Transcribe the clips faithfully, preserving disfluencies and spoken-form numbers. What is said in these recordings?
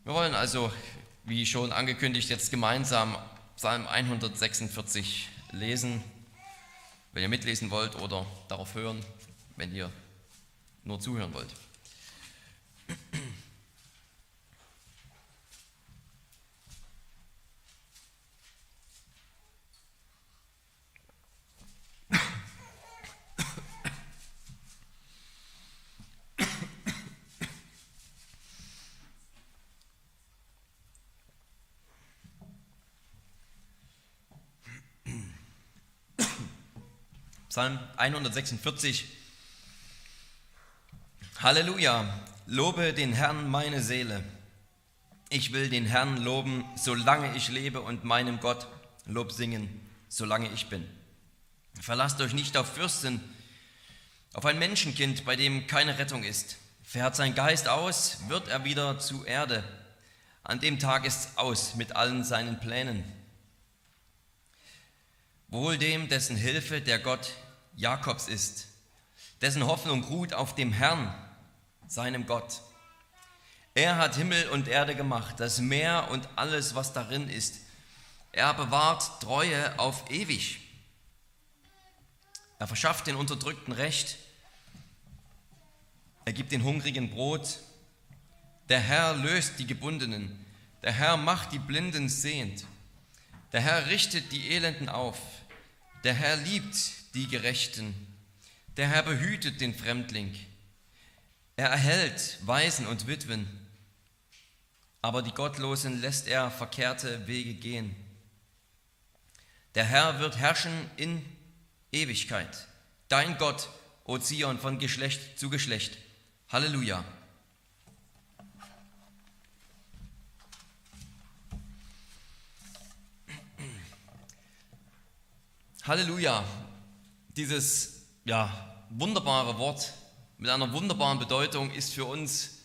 Wir wollen also, wie schon angekündigt, jetzt gemeinsam Psalm hundertsechsundvierzig lesen, wenn ihr mitlesen wollt, oder darauf hören, wenn ihr nur zuhören wollt. Psalm hundertsechsundvierzig. Halleluja, lobe den Herrn meine Seele. Ich will den Herrn loben, solange ich lebe, und meinem Gott Lob singen, solange ich bin. Verlasst euch nicht auf Fürsten, auf ein Menschenkind, bei dem keine Rettung ist. Fährt sein Geist aus, wird er wieder zu Erde. An dem Tag ist's aus mit allen seinen Plänen. Wohl dem, dessen Hilfe der Gott Jakobs ist, dessen Hoffnung ruht auf dem Herrn, seinem Gott. Er hat Himmel und Erde gemacht, das Meer und alles, was darin ist. Er bewahrt Treue auf ewig. Er verschafft den Unterdrückten Recht. Er gibt den Hungrigen Brot. Der Herr löst die Gebundenen. Der Herr macht die Blinden sehend. Der Herr richtet die Elenden auf. Der Herr liebt die Gerechten. Der Herr behütet den Fremdling. Er erhält Waisen und Witwen. Aber die Gottlosen lässt er verkehrte Wege gehen. Der Herr wird herrschen in Ewigkeit. Dein Gott, o Zion, von Geschlecht zu Geschlecht. Halleluja. Halleluja, dieses ja, wunderbare Wort mit einer wunderbaren Bedeutung ist für uns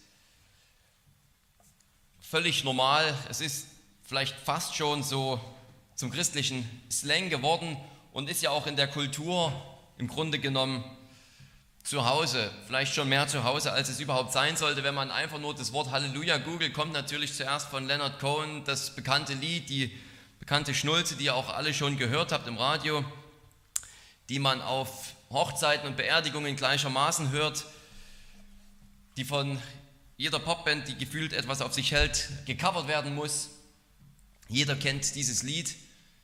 völlig normal. Es ist vielleicht fast schon so zum christlichen Slang geworden und ist ja auch in der Kultur im Grunde genommen zu Hause, vielleicht schon mehr zu Hause, als es überhaupt sein sollte. Wenn man einfach nur das Wort Halleluja googelt, kommt natürlich zuerst von Leonard Cohen das bekannte Lied, die bekannte Schnulze, die ihr auch alle schon gehört habt im Radio, die man auf Hochzeiten und Beerdigungen gleichermaßen hört, die von jeder Popband, die gefühlt etwas auf sich hält, gecovert werden muss. Jeder kennt dieses Lied.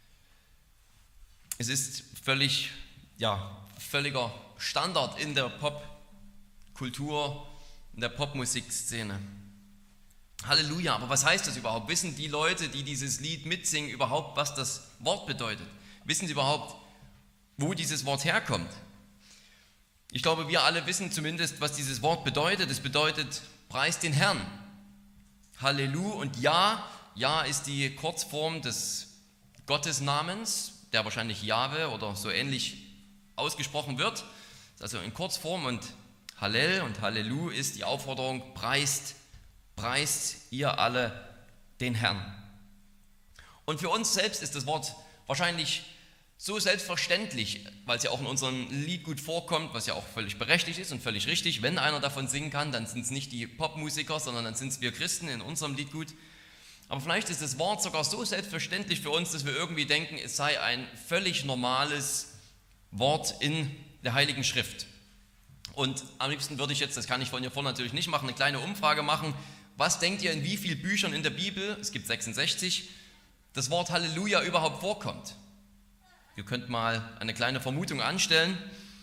Es ist völlig, ja, völliger Standard in der Popkultur, in der Popmusikszene. Halleluja, aber was heißt das überhaupt? Wissen die Leute, die dieses Lied mitsingen, überhaupt, was das Wort bedeutet? Wissen sie überhaupt, wo dieses Wort herkommt? Ich glaube, wir alle wissen zumindest, was dieses Wort bedeutet. Es bedeutet, preist den Herrn. Hallelu und Ja. Ja ist die Kurzform des Gottesnamens, der wahrscheinlich Jahwe oder so ähnlich ausgesprochen wird. Also in Kurzform, und Hallel und Hallelu ist die Aufforderung, preist Preist ihr alle den Herrn. Und für uns selbst ist das Wort wahrscheinlich so selbstverständlich, weil es ja auch in unserem Lied gut vorkommt, was ja auch völlig berechtigt ist und völlig richtig. Wenn einer davon singen kann, dann sind es nicht die Popmusiker, sondern dann sind es wir Christen in unserem Lied gut. Aber vielleicht ist das Wort sogar so selbstverständlich für uns, dass wir irgendwie denken, es sei ein völlig normales Wort in der Heiligen Schrift. Und am liebsten würde ich jetzt, das kann ich von hier vorne natürlich nicht machen, eine kleine Umfrage machen. Was denkt ihr, in wie vielen Büchern in der Bibel, es gibt sechsundsechzig, das Wort Halleluja überhaupt vorkommt? Ihr könnt mal eine kleine Vermutung anstellen.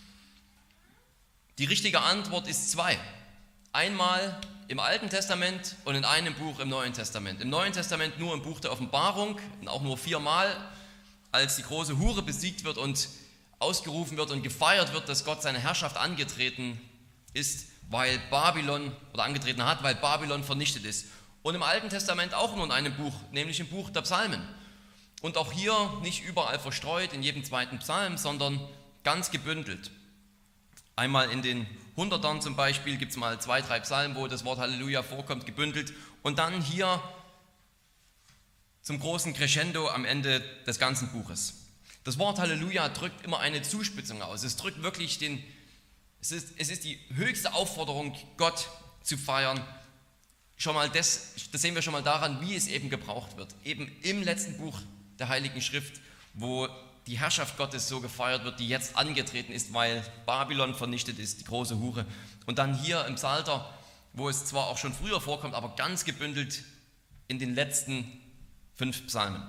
Die richtige Antwort ist zwei. Einmal im Alten Testament und in einem Buch im Neuen Testament. Im Neuen Testament nur im Buch der Offenbarung, und auch nur viermal, als die große Hure besiegt wird und ausgerufen wird und gefeiert wird, dass Gott seine Herrschaft angetreten ist, weil Babylon, oder angetreten hat, weil Babylon vernichtet ist. Und im Alten Testament auch nur in einem Buch, nämlich im Buch der Psalmen. Und auch hier nicht überall verstreut, in jedem zweiten Psalm, sondern ganz gebündelt. Einmal in den Hundertern zum Beispiel gibt es mal zwei, drei Psalmen, wo das Wort Halleluja vorkommt, gebündelt. Und dann hier zum großen Crescendo am Ende des ganzen Buches. Das Wort Halleluja drückt immer eine Zuspitzung aus. Es drückt wirklich den, es ist, es ist die höchste Aufforderung, Gott zu feiern, schon mal das, das sehen wir schon mal daran, wie es eben gebraucht wird. Eben im letzten Buch der Heiligen Schrift, wo die Herrschaft Gottes so gefeiert wird, die jetzt angetreten ist, weil Babylon vernichtet ist, die große Hure. Und dann hier im Psalter, wo es zwar auch schon früher vorkommt, aber ganz gebündelt in den letzten fünf Psalmen.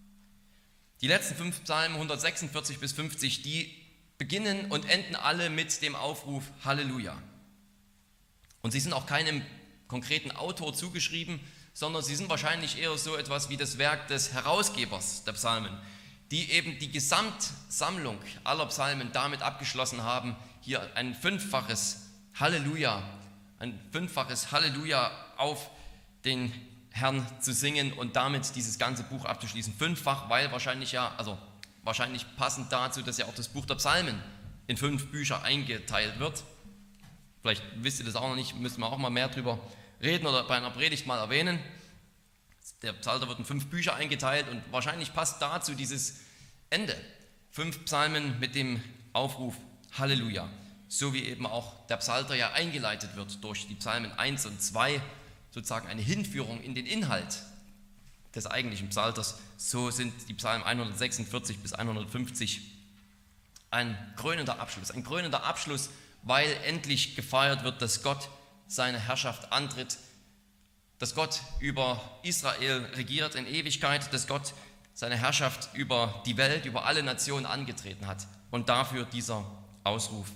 Die letzten fünf Psalmen, hundertsechsundvierzig bis fünfzig, die beginnen und enden alle mit dem Aufruf Halleluja. Und sie sind auch keinem konkreten Autor zugeschrieben, sondern sie sind wahrscheinlich eher so etwas wie das Werk des Herausgebers der Psalmen, die eben die Gesamtsammlung aller Psalmen damit abgeschlossen haben, hier ein fünffaches Halleluja, ein fünffaches Halleluja auf den Herrn zu singen und damit dieses ganze Buch abzuschließen. Fünffach, weil wahrscheinlich ja, also wahrscheinlich passend dazu, dass ja auch das Buch der Psalmen in fünf Bücher eingeteilt wird. Vielleicht wisst ihr das auch noch nicht, müssen wir auch mal mehr drüber reden oder bei einer Predigt mal erwähnen. Der Psalter wird in fünf Bücher eingeteilt und wahrscheinlich passt dazu dieses Ende. Fünf Psalmen mit dem Aufruf Halleluja. So wie eben auch der Psalter ja eingeleitet wird durch die Psalmen eins und zwei, sozusagen eine Hinführung in den Inhalt des eigentlichen Psalters. So sind die Psalmen hundertsechsundvierzig bis hundertfünfzig ein krönender Abschluss. Ein krönender Abschluss, weil endlich gefeiert wird, dass Gott seine Herrschaft antritt, dass Gott über Israel regiert in Ewigkeit, dass Gott seine Herrschaft über die Welt, über alle Nationen angetreten hat. Und dafür dieser Ausruf: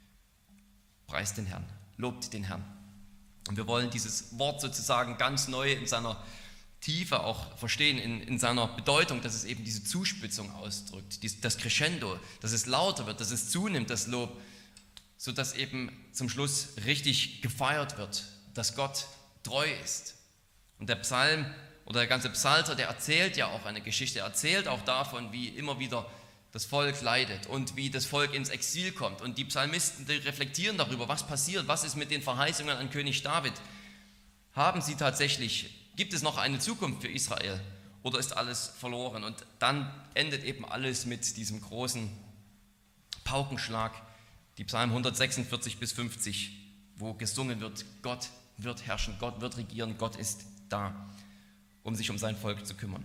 Preist den Herrn, lobt den Herrn. Und wir wollen dieses Wort sozusagen ganz neu in seiner Tiefe auch verstehen, in, in seiner Bedeutung, dass es eben diese Zuspitzung ausdrückt, dies, das Crescendo, dass es lauter wird, dass es zunimmt, das Lob, sodass eben zum Schluss richtig gefeiert wird, dass Gott treu ist. Und der Psalm oder der ganze Psalter, der erzählt ja auch eine Geschichte, er erzählt auch davon, wie immer wieder das Volk leidet und wie das Volk ins Exil kommt. Und die Psalmisten, die reflektieren darüber, was passiert, was ist mit den Verheißungen an König David. Haben sie tatsächlich, gibt es noch eine Zukunft für Israel oder ist alles verloren? Und dann endet eben alles mit diesem großen Paukenschlag, die Psalmen hundertsechsundvierzig bis fünfzig, wo gesungen wird: Gott wird herrschen, Gott wird regieren, Gott ist da, um sich um sein Volk zu kümmern.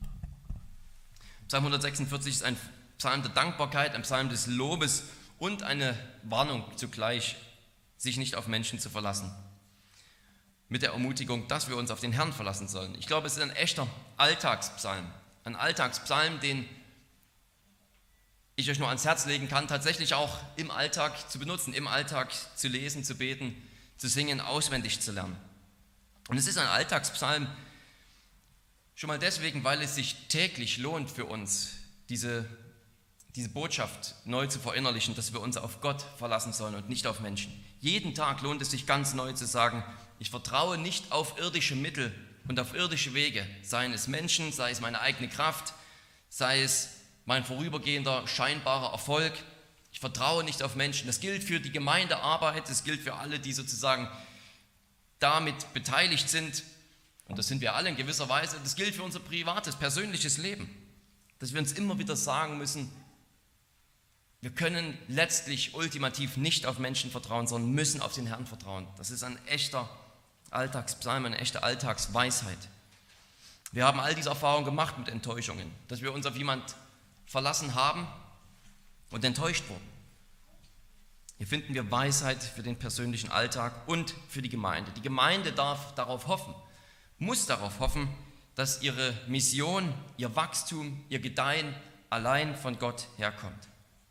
Psalm hundertsechsundvierzig ist ein Psalm der Dankbarkeit, ein Psalm des Lobes und eine Warnung zugleich, sich nicht auf Menschen zu verlassen. Mit der Ermutigung, dass wir uns auf den Herrn verlassen sollen. Ich glaube, es ist ein echter Alltagspsalm. Ein Alltagspsalm, den ich euch nur ans Herz legen kann, tatsächlich auch im Alltag zu benutzen, im Alltag zu lesen, zu beten, zu singen, auswendig zu lernen. Und es ist ein Alltagspsalm schon mal deswegen, weil es sich täglich lohnt für uns, diese, diese Botschaft neu zu verinnerlichen, dass wir uns auf Gott verlassen sollen und nicht auf Menschen. Jeden Tag lohnt es sich ganz neu zu sagen: Ich vertraue nicht auf irdische Mittel und auf irdische Wege, seien es Menschen, sei es meine eigene Kraft, sei es mein vorübergehender, scheinbarer Erfolg. Ich vertraue nicht auf Menschen. Das gilt für die Gemeindearbeit, das gilt für alle, die sozusagen damit beteiligt sind. Und das sind wir alle in gewisser Weise. Das gilt für unser privates, persönliches Leben. Dass wir uns immer wieder sagen müssen, wir können letztlich ultimativ nicht auf Menschen vertrauen, sondern müssen auf den Herrn vertrauen. Das ist ein echter Alltagspsalm, eine echte Alltagsweisheit. Wir haben all diese Erfahrungen gemacht mit Enttäuschungen, dass wir uns auf jemanden verlassen haben und enttäuscht wurden. Hier finden wir Weisheit für den persönlichen Alltag und für die Gemeinde. Die Gemeinde darf darauf hoffen, muss darauf hoffen, dass ihre Mission, ihr Wachstum, ihr Gedeihen allein von Gott herkommt.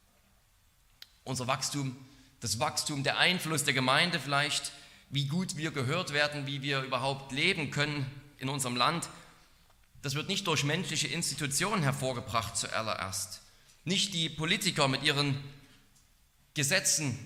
Unser Wachstum, das Wachstum, der Einfluss der Gemeinde vielleicht, wie gut wir gehört werden, wie wir überhaupt leben können in unserem Land, das wird nicht durch menschliche Institutionen hervorgebracht zuallererst. Nicht die Politiker mit ihren Gesetzen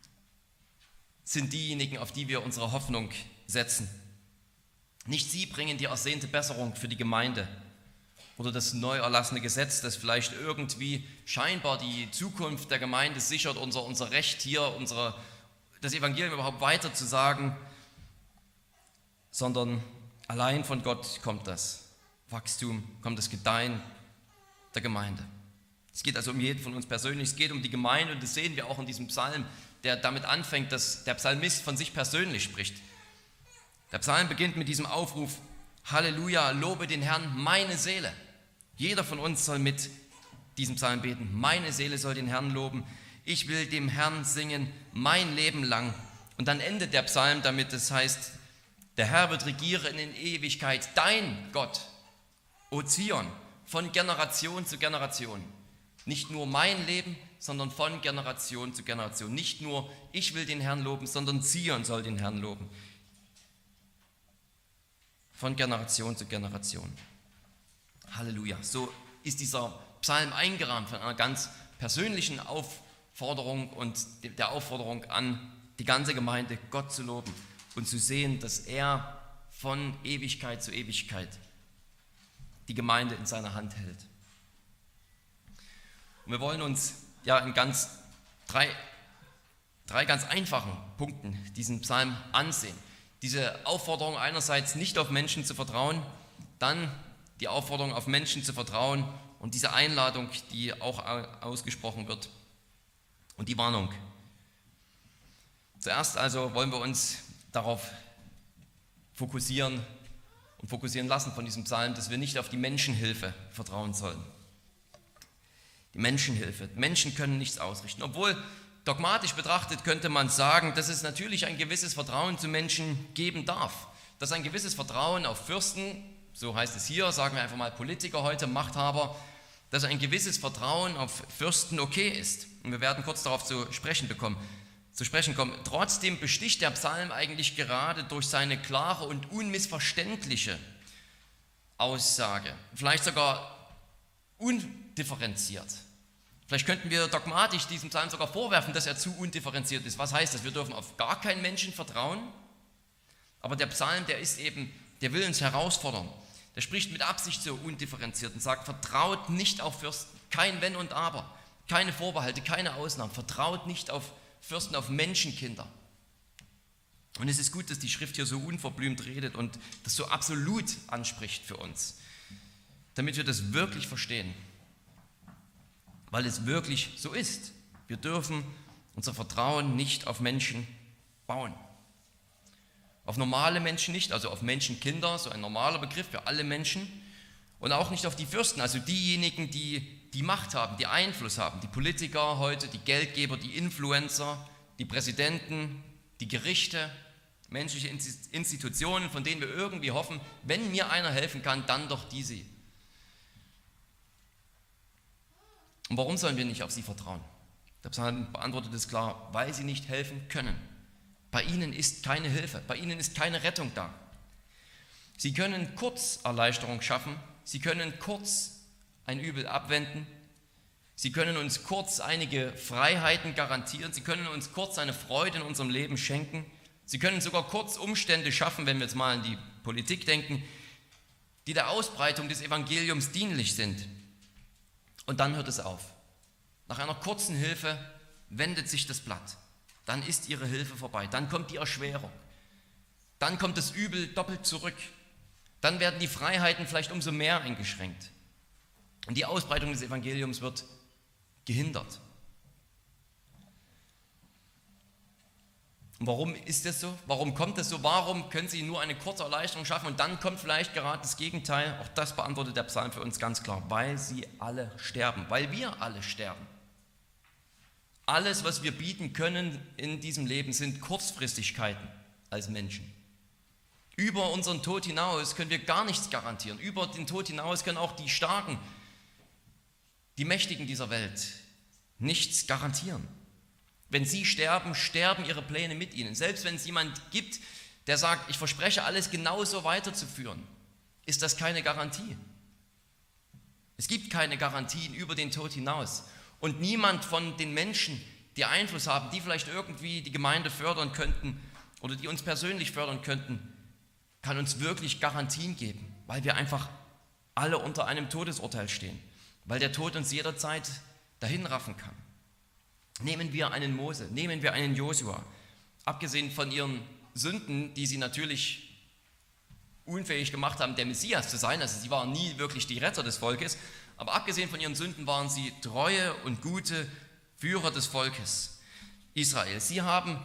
sind diejenigen, auf die wir unsere Hoffnung setzen. Nicht sie bringen die ersehnte Besserung für die Gemeinde oder das neu erlassene Gesetz, das vielleicht irgendwie scheinbar die Zukunft der Gemeinde sichert, unser, unser Recht hier, unsere, das Evangelium überhaupt weiter zu sagen, sondern allein von Gott kommt das Wachstum, kommt das Gedeihen der Gemeinde. Es geht also um jeden von uns persönlich, es geht um die Gemeinde und das sehen wir auch in diesem Psalm, der damit anfängt, dass der Psalmist von sich persönlich spricht. Der Psalm beginnt mit diesem Aufruf: Halleluja, lobe den Herrn, meine Seele. Jeder von uns soll mit diesem Psalm beten: Meine Seele soll den Herrn loben. Ich will dem Herrn singen mein Leben lang. Und dann endet der Psalm damit, das heißt: Der Herr wird regieren in Ewigkeit, dein Gott, O Zion, von Generation zu Generation. Nicht nur mein Leben, sondern von Generation zu Generation. Nicht nur ich will den Herrn loben, sondern Zion soll den Herrn loben. Von Generation zu Generation. Halleluja. So ist dieser Psalm eingerahmt von einer ganz persönlichen Aufforderung und der Aufforderung an die ganze Gemeinde, Gott zu loben und zu sehen, dass er von Ewigkeit zu Ewigkeit die Gemeinde in seiner Hand hält. Und wir wollen uns ja in ganz drei, drei ganz einfachen Punkten diesen Psalm ansehen. Diese Aufforderung einerseits nicht auf Menschen zu vertrauen, dann die Aufforderung auf Menschen zu vertrauen und diese Einladung, die auch ausgesprochen wird, und die Warnung. Zuerst also wollen wir uns darauf fokussieren und fokussieren lassen von diesem Psalm, dass wir nicht auf die Menschenhilfe vertrauen sollen. Die Menschenhilfe. Menschen können nichts ausrichten. Obwohl dogmatisch betrachtet könnte man sagen, dass es natürlich ein gewisses Vertrauen zu Menschen geben darf. Dass ein gewisses Vertrauen auf Fürsten, so heißt es hier, sagen wir einfach mal Politiker heute, Machthaber, dass ein gewisses Vertrauen auf Fürsten okay ist. Und wir werden kurz darauf zu sprechen bekommen. zu sprechen kommen. Trotzdem besticht der Psalm eigentlich gerade durch seine klare und unmissverständliche Aussage, vielleicht sogar undifferenziert. Vielleicht könnten wir dogmatisch diesem Psalm sogar vorwerfen, dass er zu undifferenziert ist. Was heißt das? Wir dürfen auf gar keinen Menschen vertrauen, aber der Psalm, der ist eben, der will uns herausfordern. Der spricht mit Absicht so undifferenziert und sagt: Vertraut nicht auf Fürsten, kein Wenn und Aber, keine Vorbehalte, keine Ausnahmen, vertraut nicht auf Fürsten, auf Menschenkinder. Und es ist gut, dass die Schrift hier so unverblümt redet und das so absolut anspricht für uns, damit wir das wirklich verstehen, weil es wirklich so ist. Wir dürfen unser Vertrauen nicht auf Menschen bauen. Auf normale Menschen nicht, also auf Menschenkinder, so ein normaler Begriff für alle Menschen, und auch nicht auf die Fürsten, also diejenigen, die die Macht haben, die Einfluss haben, die Politiker heute, die Geldgeber, die Influencer, die Präsidenten, die Gerichte, menschliche Institutionen, von denen wir irgendwie hoffen, wenn mir einer helfen kann, dann doch diese. Und warum sollen wir nicht auf sie vertrauen? Der Psalm beantwortet es klar: weil sie nicht helfen können. Bei ihnen ist keine Hilfe, bei ihnen ist keine Rettung da. Sie können kurz Erleichterung schaffen, sie können kurz ein Übel abwenden, sie können uns kurz einige Freiheiten garantieren, sie können uns kurz eine Freude in unserem Leben schenken, sie können sogar kurz Umstände schaffen, wenn wir jetzt mal an die Politik denken, die der Ausbreitung des Evangeliums dienlich sind. Und dann hört es auf. Nach einer kurzen Hilfe wendet sich das Blatt. Dann ist ihre Hilfe vorbei. Dann kommt die Erschwerung. Dann kommt das Übel doppelt zurück. Dann werden die Freiheiten vielleicht umso mehr eingeschränkt. Und die Ausbreitung des Evangeliums wird gehindert. Und warum ist das so? Warum kommt das so? Warum können sie nur eine kurze Erleichterung schaffen und dann kommt vielleicht gerade das Gegenteil? Auch das beantwortet der Psalm für uns ganz klar. Weil sie alle sterben. Weil wir alle sterben. Alles, was wir bieten können in diesem Leben, sind Kurzfristigkeiten als Menschen. Über unseren Tod hinaus können wir gar nichts garantieren. Über den Tod hinaus können auch die Starken, die Mächtigen dieser Welt nichts garantieren. Wenn sie sterben, sterben ihre Pläne mit ihnen. Selbst wenn es jemand gibt, der sagt, ich verspreche, alles genauso weiterzuführen, ist das keine Garantie. Es gibt keine Garantien über den Tod hinaus. Und niemand von den Menschen, die Einfluss haben, die vielleicht irgendwie die Gemeinde fördern könnten oder die uns persönlich fördern könnten, kann uns wirklich Garantien geben, weil wir einfach alle unter einem Todesurteil stehen, weil der Tod uns jederzeit dahin raffen kann. Nehmen wir einen Mose, nehmen wir einen Josua, abgesehen von ihren Sünden, die sie natürlich unfähig gemacht haben, der Messias zu sein, also sie waren nie wirklich die Retter des Volkes, aber abgesehen von ihren Sünden waren sie treue und gute Führer des Volkes Israel. Sie haben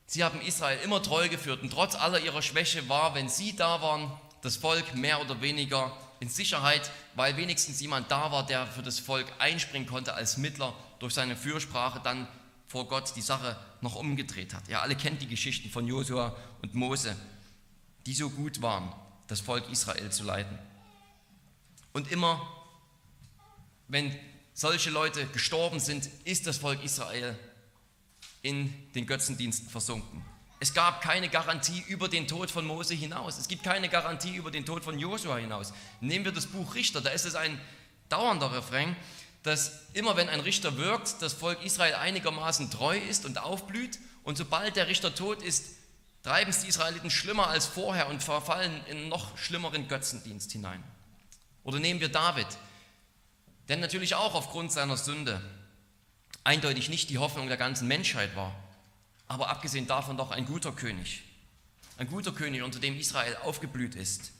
Sie haben Israel immer treu geführt und trotz aller ihrer Schwäche war, wenn sie da waren, das Volk mehr oder weniger in Sicherheit, weil wenigstens jemand da war, der für das Volk einspringen konnte als Mittler durch seine Fürsprache, dann vor Gott die Sache noch umgedreht hat. Ihr alle kennt die Geschichten von Josua und Mose, die so gut waren, das Volk Israel zu leiten. Und immer, wenn solche Leute gestorben sind, ist das Volk Israel in den Götzendienst versunken. Es gab keine Garantie über den Tod von Mose hinaus. Es gibt keine Garantie über den Tod von Josua hinaus. Nehmen wir das Buch Richter, da ist es ein dauernder Refrain, dass immer wenn ein Richter wirkt, das Volk Israel einigermaßen treu ist und aufblüht und sobald der Richter tot ist, treiben es die Israeliten schlimmer als vorher und verfallen in noch schlimmeren Götzendienst hinein. Oder nehmen wir David, der natürlich auch aufgrund seiner Sünde eindeutig nicht die Hoffnung der ganzen Menschheit war, aber abgesehen davon doch ein guter König. Ein guter König, unter dem Israel aufgeblüht ist.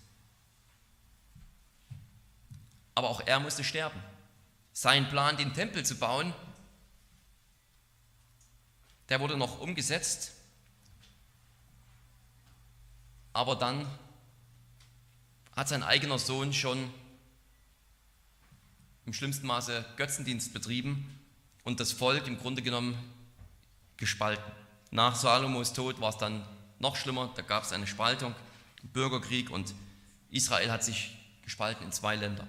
Aber auch er musste sterben. Sein Plan, den Tempel zu bauen, der wurde noch umgesetzt, aber dann hat sein eigener Sohn schon im schlimmsten Maße Götzendienst betrieben und das Volk im Grunde genommen gespalten. Nach Salomos Tod war es dann noch schlimmer, da gab es eine Spaltung, einen Bürgerkrieg und Israel hat sich gespalten in zwei Länder.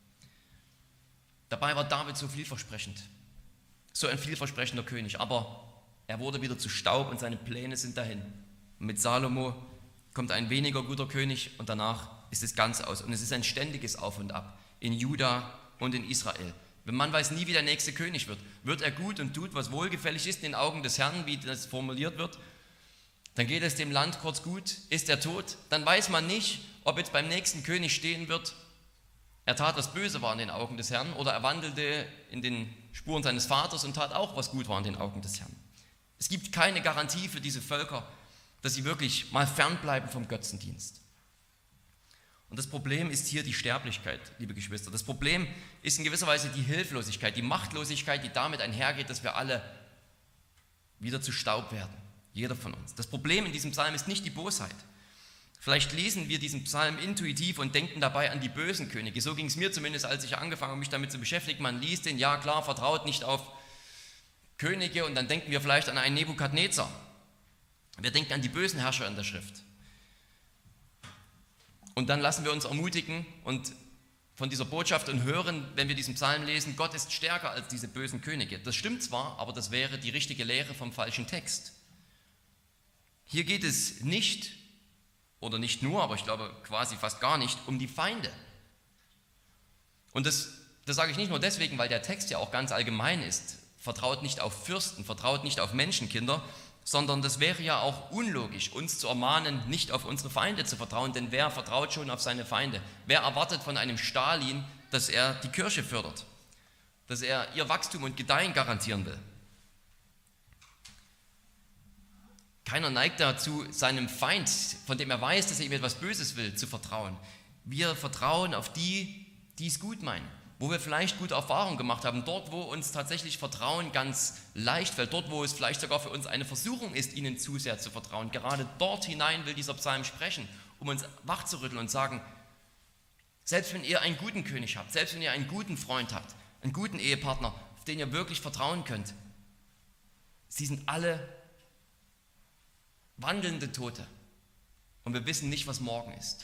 Dabei war David so vielversprechend, so ein vielversprechender König, aber er wurde wieder zu Staub und seine Pläne sind dahin. Und mit Salomo kommt ein weniger guter König und danach ist es ganz aus. Und es ist ein ständiges Auf und Ab in Juda und in Israel. Man weiß nie, wie der nächste König wird. Wird er gut und tut, was wohlgefällig ist in den Augen des Herrn, wie das formuliert wird, dann geht es dem Land kurz gut. Ist er tot, dann weiß man nicht, ob jetzt beim nächsten König stehen wird, er tat, was böse war in den Augen des Herrn, oder er wandelte in den Spuren seines Vaters und tat auch, was gut war in den Augen des Herrn. Es gibt keine Garantie für diese Völker, dass sie wirklich mal fernbleiben vom Götzendienst. Und das Problem ist hier die Sterblichkeit, liebe Geschwister. Das Problem ist in gewisser Weise die Hilflosigkeit, die Machtlosigkeit, die damit einhergeht, dass wir alle wieder zu Staub werden. Jeder von uns. Das Problem in diesem Psalm ist nicht die Bosheit. Vielleicht lesen wir diesen Psalm intuitiv und denken dabei an die bösen Könige. So ging es mir zumindest, als ich angefangen habe, mich damit zu beschäftigen. Man liest den, ja klar, vertraut nicht auf Könige und dann denken wir vielleicht an einen Nebukadnezar. Wir denken an die bösen Herrscher in der Schrift. Und dann lassen wir uns ermutigen und von dieser Botschaft und hören, wenn wir diesen Psalm lesen, Gott ist stärker als diese bösen Könige. Das stimmt zwar, aber das wäre die richtige Lehre vom falschen Text. Hier geht es nicht, oder nicht nur, aber ich glaube quasi fast gar nicht, um die Feinde. Und das, das sage ich nicht nur deswegen, weil der Text ja auch ganz allgemein ist. Vertraut nicht auf Fürsten, vertraut nicht auf Menschenkinder, sondern das wäre ja auch unlogisch, uns zu ermahnen, nicht auf unsere Feinde zu vertrauen, denn wer vertraut schon auf seine Feinde? Wer erwartet von einem Stalin, dass er die Kirche fördert, dass er ihr Wachstum und Gedeihen garantieren will? Keiner neigt dazu, seinem Feind, von dem er weiß, dass er ihm etwas Böses will, zu vertrauen. Wir vertrauen auf die, die es gut meinen, wo wir vielleicht gute Erfahrungen gemacht haben, dort, wo uns tatsächlich Vertrauen ganz leicht fällt, dort, wo es vielleicht sogar für uns eine Versuchung ist, ihnen zu sehr zu vertrauen. Gerade dort hinein will dieser Psalm sprechen, um uns wachzurütteln und sagen, selbst wenn ihr einen guten König habt, selbst wenn ihr einen guten Freund habt, einen guten Ehepartner, auf den ihr wirklich vertrauen könnt, sie sind alle wandelnde Tote und wir wissen nicht, was morgen ist.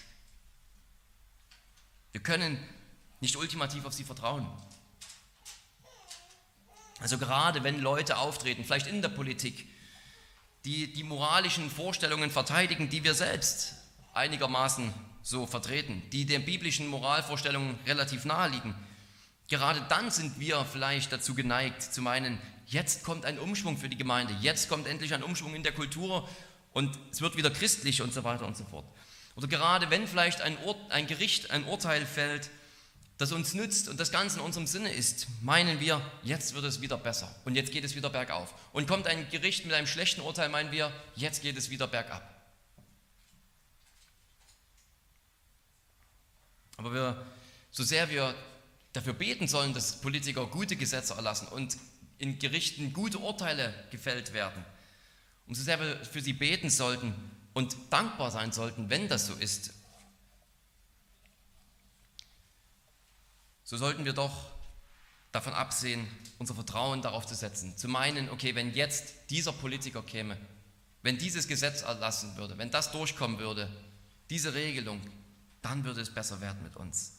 Wir können nicht ultimativ auf sie vertrauen. Also gerade wenn Leute auftreten, vielleicht in der Politik, die die moralischen Vorstellungen verteidigen, die wir selbst einigermaßen so vertreten, die den biblischen Moralvorstellungen relativ nahe liegen, gerade dann sind wir vielleicht dazu geneigt zu meinen, jetzt kommt ein Umschwung für die Gemeinde, jetzt kommt endlich ein Umschwung in der Kultur und es wird wieder christlich und so weiter und so fort. Oder gerade wenn vielleicht ein, Ur- ein Gericht ein Urteil fällt, das uns nützt und das Ganze in unserem Sinne ist, meinen wir, jetzt wird es wieder besser und jetzt geht es wieder bergauf. Und kommt ein Gericht mit einem schlechten Urteil, meinen wir, jetzt geht es wieder bergab. Aber wir, so sehr wir dafür beten sollen, dass Politiker gute Gesetze erlassen und in Gerichten gute Urteile gefällt werden umso sehr wir für sie beten sollten und dankbar sein sollten, wenn das so ist, so sollten wir doch davon absehen, unser Vertrauen darauf zu setzen, zu meinen, okay, wenn jetzt dieser Politiker käme, wenn dieses Gesetz erlassen würde, wenn das durchkommen würde, diese Regelung, dann würde es besser werden mit uns.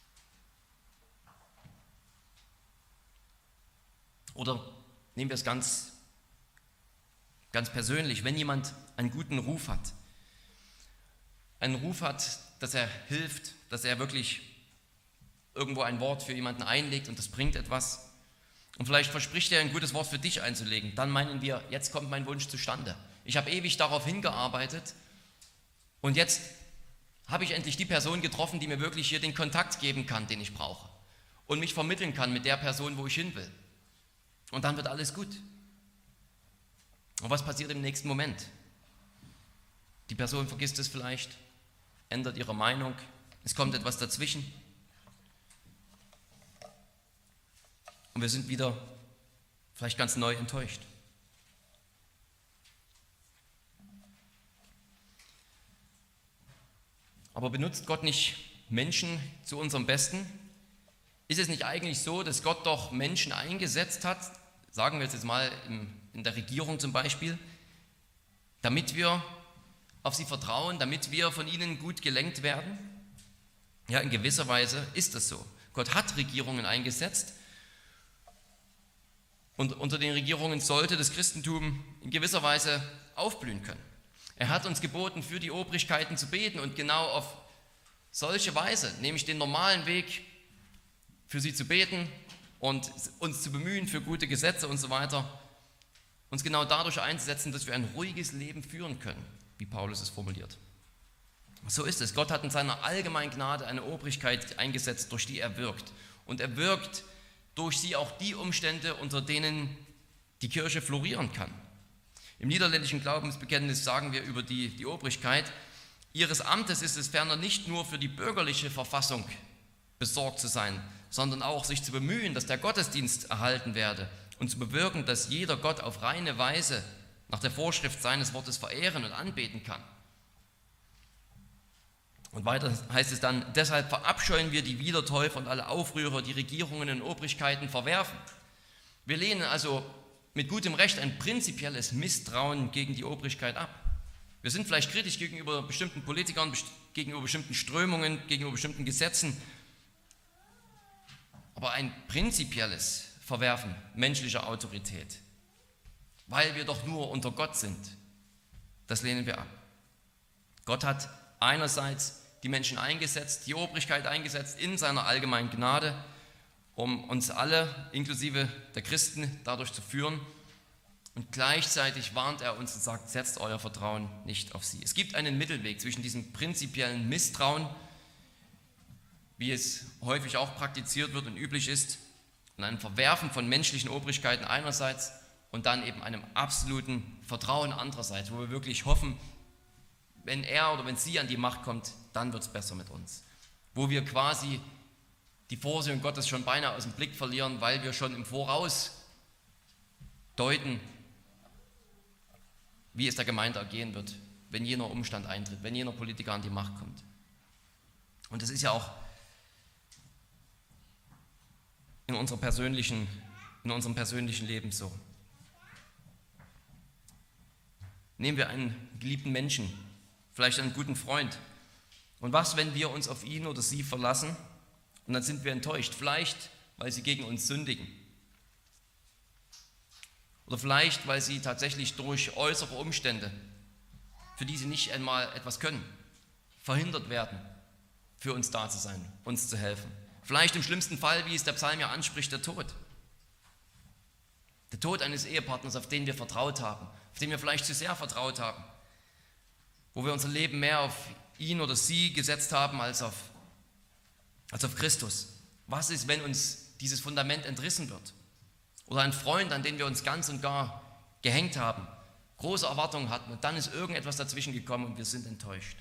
Oder nehmen wir es ganz, ganz persönlich, wenn jemand einen guten Ruf hat, einen Ruf hat, dass er hilft, dass er wirklich irgendwo ein Wort für jemanden einlegt und das bringt etwas. Und vielleicht verspricht er ein gutes Wort für dich einzulegen. Dann meinen wir, jetzt kommt mein Wunsch zustande. Ich habe ewig darauf hingearbeitet und jetzt habe ich endlich die Person getroffen, die mir wirklich hier den Kontakt geben kann, den ich brauche und mich vermitteln kann mit der Person, wo ich hin will. Und dann wird alles gut. Und was passiert im nächsten Moment? Die Person vergisst es vielleicht, ändert ihre Meinung, es kommt etwas dazwischen. Und wir sind wieder vielleicht ganz neu enttäuscht. Aber benutzt Gott nicht Menschen zu unserem Besten? Ist es nicht eigentlich so, dass Gott doch Menschen eingesetzt hat, sagen wir jetzt mal in der Regierung zum Beispiel, damit wir auf sie vertrauen, damit wir von ihnen gut gelenkt werden? Ja, in gewisser Weise ist das so. Gott hat Regierungen eingesetzt und unter den Regierungen sollte das Christentum in gewisser Weise aufblühen können. Er hat uns geboten, für die Obrigkeiten zu beten und genau auf solche Weise, nämlich den normalen Weg, für sie zu beten und uns zu bemühen für gute Gesetze und so weiter, uns genau dadurch einzusetzen, dass wir ein ruhiges Leben führen können, wie Paulus es formuliert. So ist es. Gott hat in seiner allgemeinen Gnade eine Obrigkeit eingesetzt, durch die er wirkt. Und er wirkt durch sie auch die Umstände, unter denen die Kirche florieren kann. Im niederländischen Glaubensbekenntnis sagen wir über die, die Obrigkeit, ihres Amtes ist es ferner nicht nur für die bürgerliche Verfassung besorgt zu sein, sondern auch sich zu bemühen, dass der Gottesdienst erhalten werde und zu bewirken, dass jeder Gott auf reine Weise nach der Vorschrift seines Wortes verehren und anbeten kann. Und weiter heißt es dann, deshalb verabscheuen wir die Wiedertäufer und alle Aufrührer, die Regierungen und Obrigkeiten verwerfen. Wir lehnen also mit gutem Recht ein prinzipielles Misstrauen gegen die Obrigkeit ab. Wir sind vielleicht kritisch gegenüber bestimmten Politikern, gegenüber bestimmten Strömungen, gegenüber bestimmten Gesetzen, aber ein prinzipielles Verwerfen menschlicher Autorität, weil wir doch nur unter Gott sind, das lehnen wir ab. Gott hat einerseits die Menschen eingesetzt, die Obrigkeit eingesetzt in seiner allgemeinen Gnade, um uns alle, inklusive der Christen, dadurch zu führen. Und gleichzeitig warnt er uns und sagt, setzt euer Vertrauen nicht auf sie. Es gibt einen Mittelweg zwischen diesem prinzipiellen Misstrauen, wie es häufig auch praktiziert wird und üblich ist, und einem Verwerfen von menschlichen Obrigkeiten einerseits und dann eben einem absoluten Vertrauen andererseits, wo wir wirklich hoffen, wenn er oder wenn sie an die Macht kommt, dann wird es besser mit uns. Wo wir quasi die Vorsehung Gottes schon beinahe aus dem Blick verlieren, weil wir schon im Voraus deuten, wie es der Gemeinde ergehen wird, wenn jener Umstand eintritt, wenn jener Politiker an die Macht kommt. Und das ist ja auch in, unserer persönlichen, in unserem persönlichen Leben so. Nehmen wir einen geliebten Menschen, vielleicht einen guten Freund. Und was, wenn wir uns auf ihn oder sie verlassen und dann sind wir enttäuscht? Vielleicht, weil sie gegen uns sündigen. Oder vielleicht, weil sie tatsächlich durch äußere Umstände, für die sie nicht einmal etwas können, verhindert werden, für uns da zu sein, uns zu helfen. Vielleicht im schlimmsten Fall, wie es der Psalm ja anspricht, der Tod. Der Tod eines Ehepartners, auf den wir vertraut haben, auf den wir vielleicht zu sehr vertraut haben, wo wir unser Leben mehr auf ihn oder sie gesetzt haben als auf, als auf Christus. Was ist, wenn uns dieses Fundament entrissen wird? Oder ein Freund, an den wir uns ganz und gar gehängt haben, große Erwartungen hatten und dann ist irgendetwas dazwischen gekommen und wir sind enttäuscht.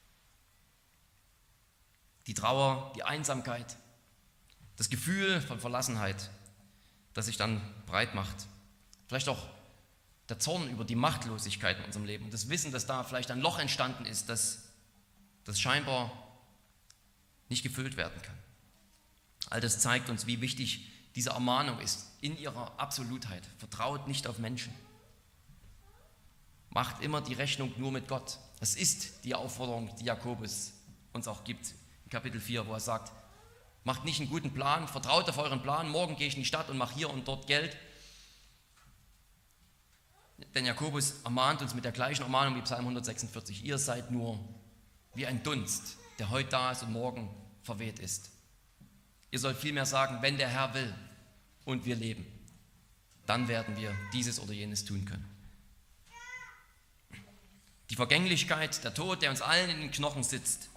Die Trauer, die Einsamkeit, das Gefühl von Verlassenheit, das sich dann breit macht. Vielleicht auch der Zorn über die Machtlosigkeit in unserem Leben und das Wissen, dass da vielleicht ein Loch entstanden ist, das, das scheinbar nicht gefüllt werden kann. All das zeigt uns, wie wichtig diese Ermahnung ist in ihrer Absolutheit. Vertraut nicht auf Menschen. Macht immer die Rechnung nur mit Gott. Das ist die Aufforderung, die Jakobus uns auch gibt in Kapitel vier, wo er sagt, macht nicht einen guten Plan, vertraut auf euren Plan, morgen gehe ich in die Stadt und mache hier und dort Geld. Denn Jakobus ermahnt uns mit der gleichen Ermahnung wie Psalm hundertsechsundvierzig, ihr seid nur wie ein Dunst, der heute da ist und morgen verweht ist. Ihr sollt vielmehr sagen, wenn der Herr will und wir leben, dann werden wir dieses oder jenes tun können. Die Vergänglichkeit, der Tod, der uns allen in den Knochen sitzt,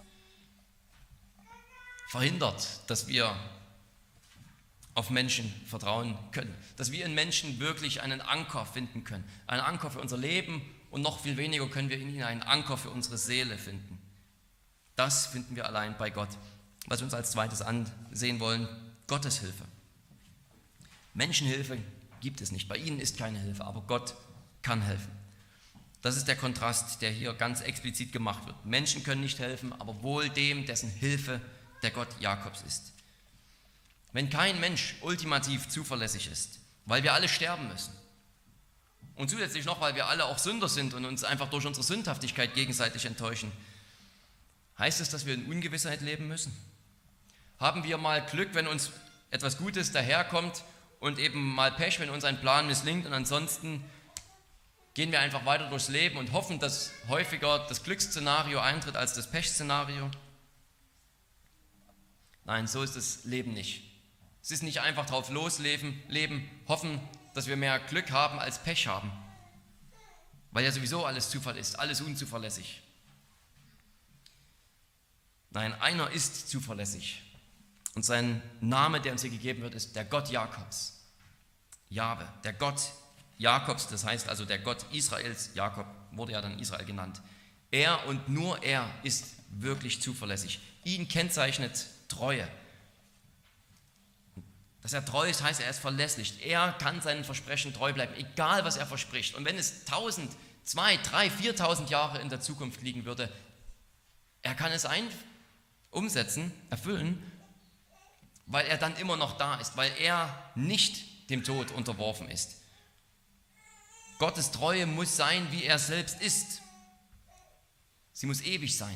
verhindert, dass wir auf Menschen vertrauen können, dass wir in Menschen wirklich einen Anker finden können, einen Anker für unser Leben und noch viel weniger können wir in ihnen einen Anker für unsere Seele finden. Das finden wir allein bei Gott. Was wir uns als zweites ansehen wollen, Gottes Hilfe. Menschenhilfe gibt es nicht, bei ihnen ist keine Hilfe, aber Gott kann helfen. Das ist der Kontrast, der hier ganz explizit gemacht wird. Menschen können nicht helfen, aber wohl dem, dessen Hilfe der Gott Jakobs ist. Wenn kein Mensch ultimativ zuverlässig ist, weil wir alle sterben müssen und zusätzlich noch, weil wir alle auch Sünder sind und uns einfach durch unsere Sündhaftigkeit gegenseitig enttäuschen, heißt es, dass wir in Ungewissheit leben müssen? Haben wir mal Glück, wenn uns etwas Gutes daherkommt und eben mal Pech, wenn uns ein Plan misslingt und ansonsten gehen wir einfach weiter durchs Leben und hoffen, dass häufiger das Glücksszenario eintritt als das Pechszenario? Nein, so ist das Leben nicht. Es ist nicht einfach drauf losleben, leben, hoffen, dass wir mehr Glück haben als Pech haben. Weil ja sowieso alles Zufall ist, alles unzuverlässig. Nein, einer ist zuverlässig. Und sein Name, der uns hier gegeben wird, ist der Gott Jakobs. Jahwe, der Gott Jakobs, das heißt also der Gott Israels. Jakob wurde ja dann Israel genannt. Er und nur er ist wirklich zuverlässig. Ihn kennzeichnet Treue. Dass er treu ist, heißt, er ist verlässlich. Er kann seinen Versprechen treu bleiben, egal was er verspricht. Und wenn es tausend, zwei, drei, viertausend Jahre in der Zukunft liegen würde, er kann es ein, umsetzen, erfüllen, weil er dann immer noch da ist, weil er nicht dem Tod unterworfen ist. Gottes Treue muss sein, wie er selbst ist. Sie muss ewig sein.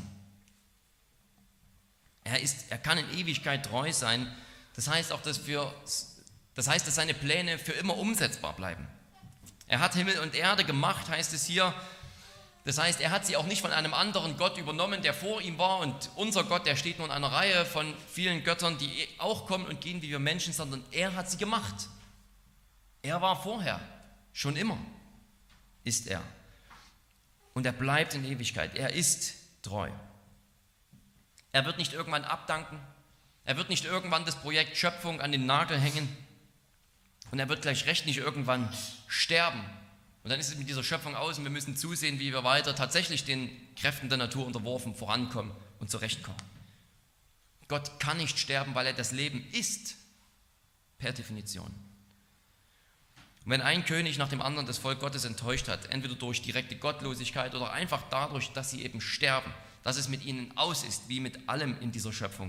Er, ist, er kann in Ewigkeit treu sein. Das heißt auch, dass, wir, das heißt, dass seine Pläne für immer umsetzbar bleiben. Er hat Himmel und Erde gemacht, heißt es hier. Das heißt, er hat sie auch nicht von einem anderen Gott übernommen, der vor ihm war. Und unser Gott, der steht nur in einer Reihe von vielen Göttern, die auch kommen und gehen wie wir Menschen, sondern er hat sie gemacht. Er war vorher, schon immer ist er. Und er bleibt in Ewigkeit. Er ist treu. Er wird nicht irgendwann abdanken. Er wird nicht irgendwann das Projekt Schöpfung an den Nagel hängen. Und er wird gleich recht nicht irgendwann sterben. Und dann ist es mit dieser Schöpfung aus und wir müssen zusehen, wie wir weiter tatsächlich den Kräften der Natur unterworfen vorankommen und zurechtkommen. Gott kann nicht sterben, weil er das Leben ist, per Definition. Und wenn ein König nach dem anderen das Volk Gottes enttäuscht hat, entweder durch direkte Gottlosigkeit oder einfach dadurch, dass sie eben sterben, dass es mit ihnen aus ist, wie mit allem in dieser Schöpfung,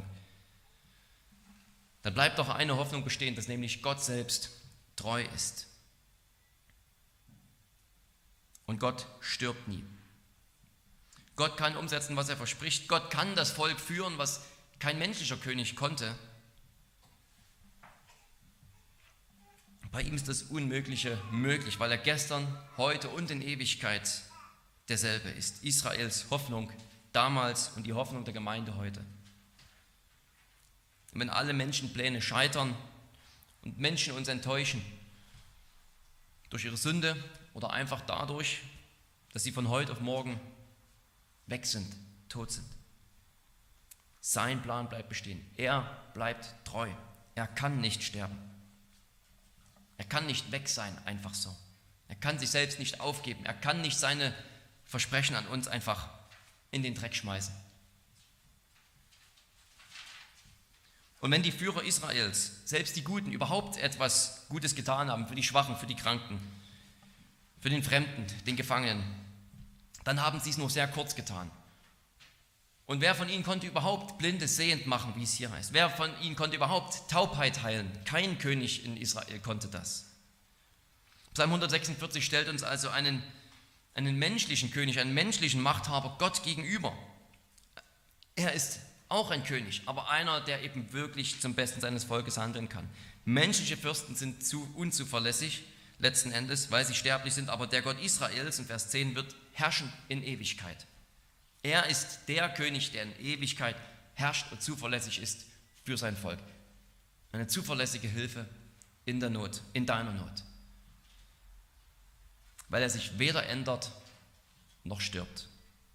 dann bleibt doch eine Hoffnung bestehen, dass nämlich Gott selbst treu ist. Und Gott stirbt nie. Gott kann umsetzen, was er verspricht. Gott kann das Volk führen, was kein menschlicher König konnte. Bei ihm ist das Unmögliche möglich, weil er gestern, heute und in Ewigkeit derselbe ist. Israels Hoffnung damals und die Hoffnung der Gemeinde heute. Und wenn alle Menschenpläne scheitern und Menschen uns enttäuschen, durch ihre Sünde oder einfach dadurch, dass sie von heute auf morgen weg sind, tot sind. Sein Plan bleibt bestehen. Er bleibt treu. Er kann nicht sterben. Er kann nicht weg sein, einfach so. Er kann sich selbst nicht aufgeben. Er kann nicht seine Versprechen an uns einfach in den Dreck schmeißen. Und wenn die Führer Israels, selbst die Guten, überhaupt etwas Gutes getan haben für die Schwachen, für die Kranken, für den Fremden, den Gefangenen, dann haben sie es nur sehr kurz getan. Und wer von ihnen konnte überhaupt Blinde sehend machen, wie es hier heißt? Wer von ihnen konnte überhaupt Taubheit heilen? Kein König in Israel konnte das. Psalm hundertsechsundvierzig stellt uns also einen, einen menschlichen König, einen menschlichen Machthaber Gott gegenüber. Er ist auch ein König, aber einer, der eben wirklich zum Besten seines Volkes handeln kann. Menschliche Fürsten sind zu unzuverlässig, letzten Endes, weil sie sterblich sind, aber der Gott Israels, in Vers zehn, wird herrschen in Ewigkeit. Er ist der König, der in Ewigkeit herrscht und zuverlässig ist für sein Volk. Eine zuverlässige Hilfe in der Not, in deiner Not. Weil er sich weder ändert noch stirbt.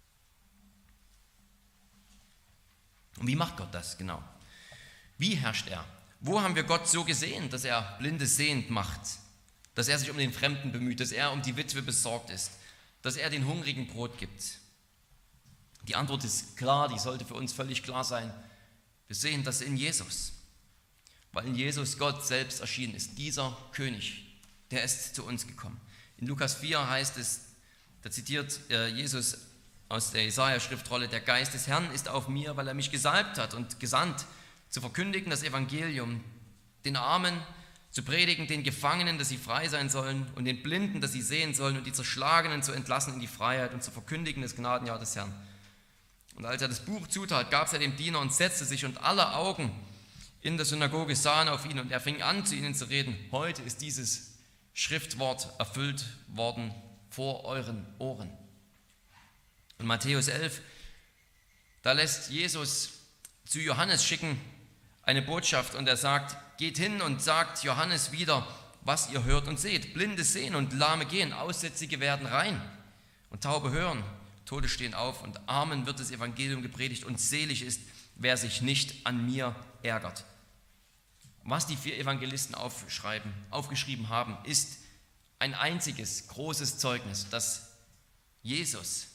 Und wie macht Gott das genau? Wie herrscht er? Wo haben wir Gott so gesehen, dass er Blinde sehend macht, dass er sich um den Fremden bemüht, dass er um die Witwe besorgt ist, dass er den Hungrigen Brot gibt? Die Antwort ist klar, die sollte für uns völlig klar sein. Wir sehen das in Jesus, weil in Jesus Gott selbst erschienen ist, dieser König, der ist zu uns gekommen. In Lukas vier heißt es, da zitiert Jesus aus der Jesaja-Schriftrolle: Der Geist des Herrn ist auf mir, weil er mich gesalbt hat und gesandt, zu verkündigen das Evangelium, den Armen zu predigen, den Gefangenen, dass sie frei sein sollen, und den Blinden, dass sie sehen sollen, und die Zerschlagenen zu entlassen in die Freiheit und zu verkündigen das Gnadenjahr des Herrn. Und als er das Buch zutat, gab es er dem Diener und setzte sich, und alle Augen in der Synagoge sahen auf ihn, und er fing an, zu ihnen zu reden: Heute ist dieses Schriftwort erfüllt worden vor euren Ohren. In Matthäus elf, da lässt Jesus zu Johannes schicken eine Botschaft, und er sagt: Geht hin und sagt Johannes wieder, was ihr hört und seht. Blinde sehen und Lahme gehen, Aussätzige werden rein und Taube hören, Tote stehen auf, und Armen wird das Evangelium gepredigt, und selig ist, wer sich nicht an mir ärgert. Was die vier Evangelisten aufschreiben, aufgeschrieben haben, ist ein einziges großes Zeugnis, dass Jesus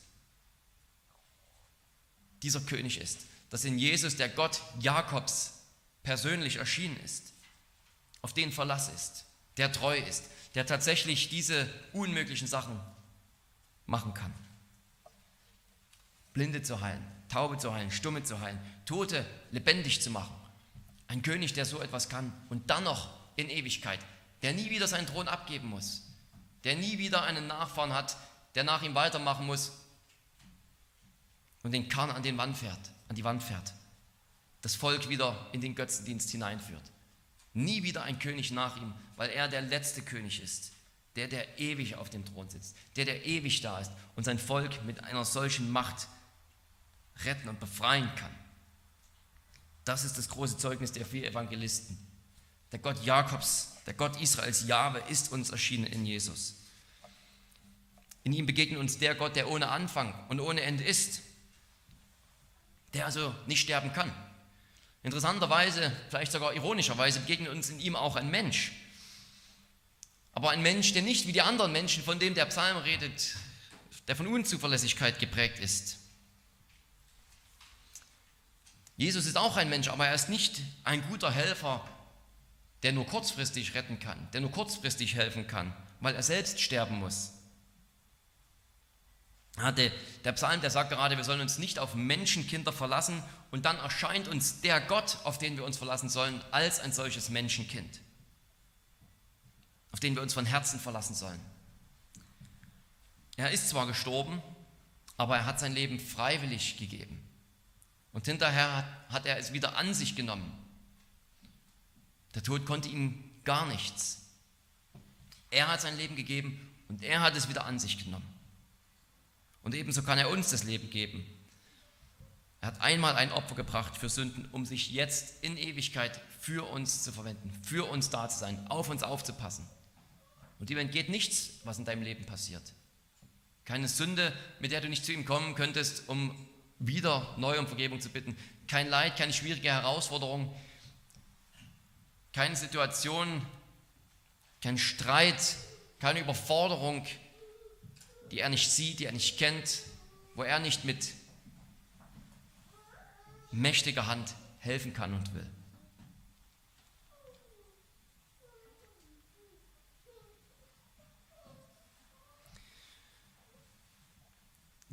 dieser König ist, dass in Jesus der Gott Jakobs persönlich erschienen ist, auf den Verlass ist, der treu ist, der tatsächlich diese unmöglichen Sachen machen kann. Blinde zu heilen, Taube zu heilen, Stumme zu heilen, Tote lebendig zu machen. Ein König, der so etwas kann, und dann noch in Ewigkeit, der nie wieder seinen Thron abgeben muss, der nie wieder einen Nachfahren hat, der nach ihm weitermachen muss und den Karren an, den Wand fährt, an die Wand fährt, das Volk wieder in den Götzendienst hineinführt. Nie wieder ein König nach ihm, weil er der letzte König ist, der, der ewig auf dem Thron sitzt, der, der ewig da ist und sein Volk mit einer solchen Macht retten und befreien kann. Das ist das große Zeugnis der vier Evangelisten. Der Gott Jakobs, der Gott Israels, Jahwe, ist uns erschienen in Jesus. In ihm begegnet uns der Gott, der ohne Anfang und ohne Ende ist, der also nicht sterben kann. Interessanterweise, vielleicht sogar ironischerweise, begegnet uns in ihm auch ein Mensch. Aber ein Mensch, der nicht wie die anderen Menschen, von dem der Psalm redet, der von Unzuverlässigkeit geprägt ist. Jesus ist auch ein Mensch, aber er ist nicht ein guter Helfer, der nur kurzfristig retten kann, der nur kurzfristig helfen kann, weil er selbst sterben muss. Der Psalm, der sagt gerade, wir sollen uns nicht auf Menschenkinder verlassen, und dann erscheint uns der Gott, auf den wir uns verlassen sollen, als ein solches Menschenkind, auf den wir uns von Herzen verlassen sollen. Er ist zwar gestorben, aber er hat sein Leben freiwillig gegeben. Und hinterher hat er es wieder an sich genommen. Der Tod konnte ihm gar nichts. Er hat sein Leben gegeben und er hat es wieder an sich genommen. Und ebenso kann er uns das Leben geben. Er hat einmal ein Opfer gebracht für Sünden, um sich jetzt in Ewigkeit für uns zu verwenden, für uns da zu sein, auf uns aufzupassen. Und ihm entgeht nichts, was in deinem Leben passiert. Keine Sünde, mit der du nicht zu ihm kommen könntest, um wieder neu um Vergebung zu bitten. Kein Leid, keine schwierige Herausforderung, keine Situation, kein Streit, keine Überforderung, die er nicht sieht, die er nicht kennt, wo er nicht mit mächtiger Hand helfen kann und will.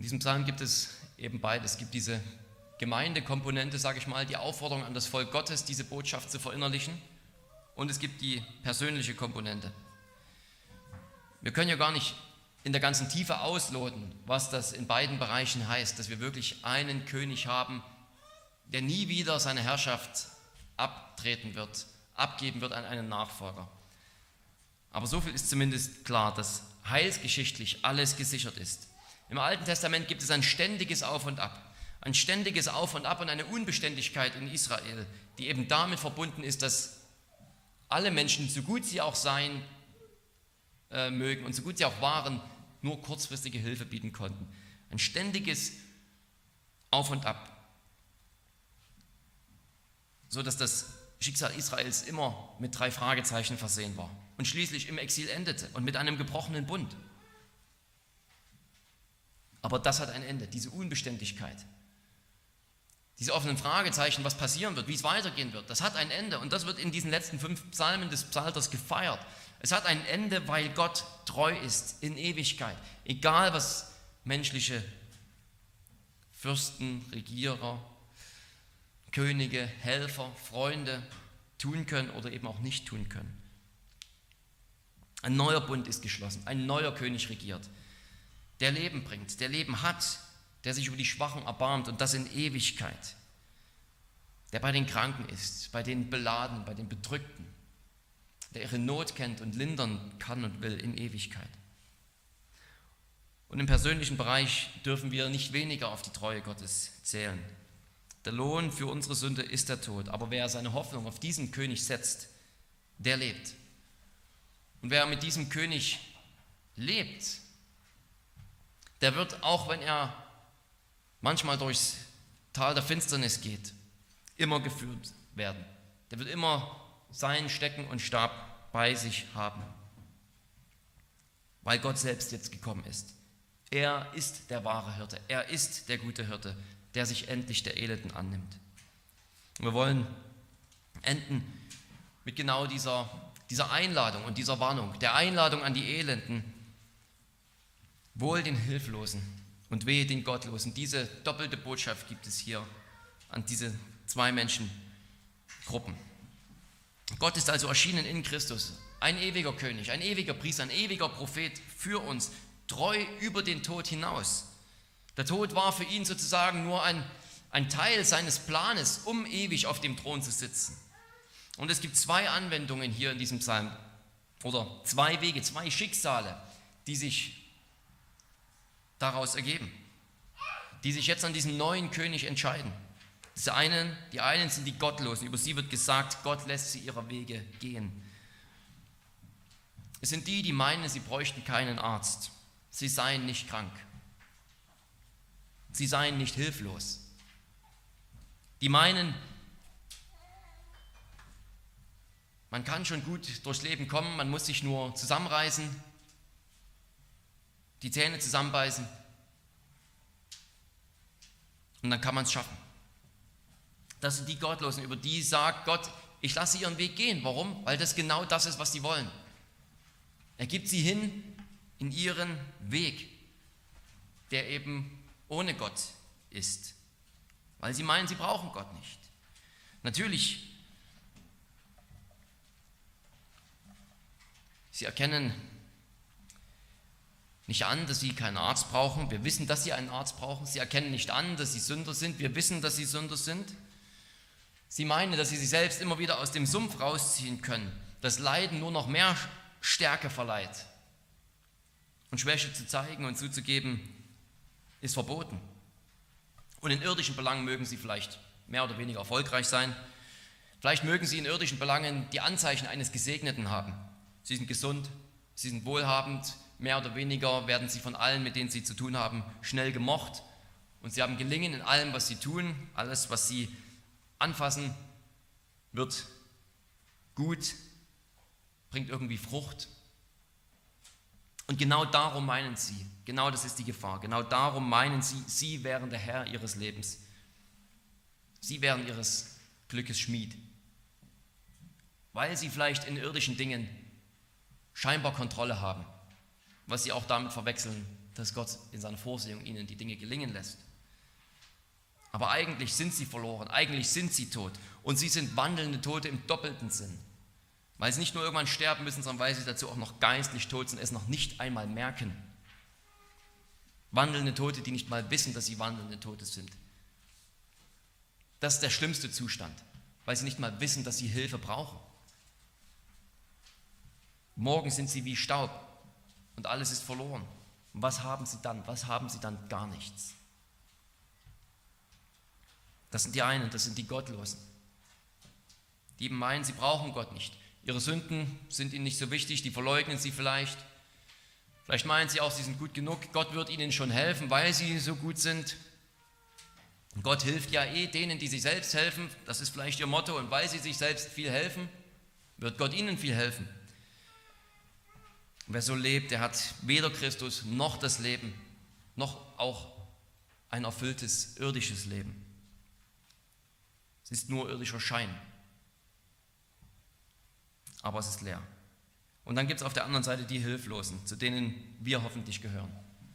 diesem Psalm gibt es eben beides. Es gibt diese Gemeindekomponente, sage ich mal, die Aufforderung an das Volk Gottes, diese Botschaft zu verinnerlichen. Und es gibt die persönliche Komponente. Wir können ja gar nicht in der ganzen Tiefe ausloten, was das in beiden Bereichen heißt, dass wir wirklich einen König haben, der nie wieder seine Herrschaft abtreten wird, abgeben wird an einen Nachfolger. Aber so viel ist zumindest klar, dass heilsgeschichtlich alles gesichert ist. Im Alten Testament gibt es ein ständiges Auf und Ab. Ein ständiges Auf und Ab und eine Unbeständigkeit in Israel, die eben damit verbunden ist, dass alle Menschen, so gut sie auch sein äh, mögen und so gut sie auch waren, nur kurzfristige Hilfe bieten konnten. Ein ständiges Auf und Ab, so dass das Schicksal Israels immer mit drei Fragezeichen versehen war und schließlich im Exil endete und mit einem gebrochenen Bund. Aber das hat ein Ende, diese Unbeständigkeit. Diese offenen Fragezeichen, was passieren wird, wie es weitergehen wird, das hat ein Ende. Und das wird in diesen letzten fünf Psalmen des Psalters gefeiert. Es hat ein Ende, weil Gott treu ist in Ewigkeit. Egal, was menschliche Fürsten, Regierer, Könige, Helfer, Freunde tun können oder eben auch nicht tun können. Ein neuer Bund ist geschlossen, ein neuer König regiert, der Leben bringt, der Leben hat, der sich über die Schwachen erbarmt und das in Ewigkeit, der bei den Kranken ist, bei den Beladenen, bei den Bedrückten, der ihre Not kennt und lindern kann und will in Ewigkeit. Und im persönlichen Bereich dürfen wir nicht weniger auf die Treue Gottes zählen. Der Lohn für unsere Sünde ist der Tod, aber wer seine Hoffnung auf diesen König setzt, der lebt. Und wer mit diesem König lebt, der wird, auch wenn er manchmal durchs Tal der Finsternis geht, immer geführt werden. Der wird immer seinen Stecken und Stab bei sich haben, weil Gott selbst jetzt gekommen ist. Er ist der wahre Hirte, er ist der gute Hirte, der sich endlich der Elenden annimmt. Und wir wollen enden mit genau dieser, dieser Einladung und dieser Warnung, der Einladung an die Elenden, wohl den Hilflosen und wehe den Gottlosen. Diese doppelte Botschaft gibt es hier an diese zwei Menschengruppen. Gott ist also erschienen in Christus, ein ewiger König, ein ewiger Priester, ein ewiger Prophet für uns, treu über den Tod hinaus. Der Tod war für ihn sozusagen nur ein, ein Teil seines Planes, um ewig auf dem Thron zu sitzen. Und es gibt zwei Anwendungen hier in diesem Psalm, oder zwei Wege, zwei Schicksale, die sich daraus ergeben, die sich jetzt an diesem neuen König entscheiden. Die einen, die einen sind die Gottlosen, über sie wird gesagt, Gott lässt sie ihrer Wege gehen. Es sind die, die meinen, sie bräuchten keinen Arzt, sie seien nicht krank, sie seien nicht hilflos. Die meinen, man kann schon gut durchs Leben kommen, man muss sich nur zusammenreißen, die Zähne zusammenbeißen und dann kann man es schaffen. Das sind die Gottlosen, über die sagt Gott, ich lasse ihren Weg gehen. Warum? Weil das genau das ist, was sie wollen. Er gibt sie hin in ihren Weg, der eben ohne Gott ist, weil sie meinen, sie brauchen Gott nicht. Natürlich, sie erkennen nicht an, dass sie keinen Arzt brauchen. Wir wissen, dass sie einen Arzt brauchen. Sie erkennen nicht an, dass sie Sünder sind. Wir wissen, dass sie Sünder sind. Sie meinen, dass sie sich selbst immer wieder aus dem Sumpf rausziehen können. Das Leiden nur noch mehr Stärke verleiht. Und Schwäche zu zeigen und zuzugeben, ist verboten. Und in irdischen Belangen mögen sie vielleicht mehr oder weniger erfolgreich sein. Vielleicht mögen sie in irdischen Belangen die Anzeichen eines Gesegneten haben. Sie sind gesund, sie sind wohlhabend, mehr oder weniger werden sie von allen, mit denen sie zu tun haben, schnell gemocht. Und sie haben Gelingen in allem, was sie tun. Alles, was sie anfassen, wird gut, bringt irgendwie Frucht. Und genau darum meinen sie, genau das ist die Gefahr, genau darum meinen sie, sie wären der Herr ihres Lebens. Sie wären ihres Glückes Schmied. Weil sie vielleicht in irdischen Dingen scheinbar Kontrolle haben, was sie auch damit verwechseln dass Gott in seiner Vorsehung ihnen die Dinge gelingen lässt. Aber eigentlich sind sie verloren, eigentlich sind sie tot. Und sie sind wandelnde Tote im doppelten Sinn. Weil sie nicht nur irgendwann sterben müssen, sondern weil sie dazu auch noch geistlich tot sind, es noch nicht einmal merken. Wandelnde Tote, die nicht mal wissen, dass sie wandelnde Tote sind. Das ist der schlimmste Zustand, weil sie nicht mal wissen, dass sie Hilfe brauchen. Morgen sind sie wie Staub und alles ist verloren. Und was haben sie dann? Was haben sie dann? Gar nichts. Das sind die einen, das sind die Gottlosen. Die meinen, sie brauchen Gott nicht. Ihre Sünden sind ihnen nicht so wichtig, die verleugnen sie vielleicht. Vielleicht meinen sie auch, sie sind gut genug. Gott wird ihnen schon helfen, weil sie so gut sind. Gott hilft ja eh denen, die sich selbst helfen. Das ist vielleicht ihr Motto. Und weil sie sich selbst viel helfen, wird Gott ihnen viel helfen. Wer so lebt, der hat weder Christus noch das Leben, noch auch ein erfülltes irdisches Leben. Es ist nur irdischer Schein. Aber es ist leer. Und dann gibt es auf der anderen Seite die Hilflosen, zu denen wir hoffentlich gehören.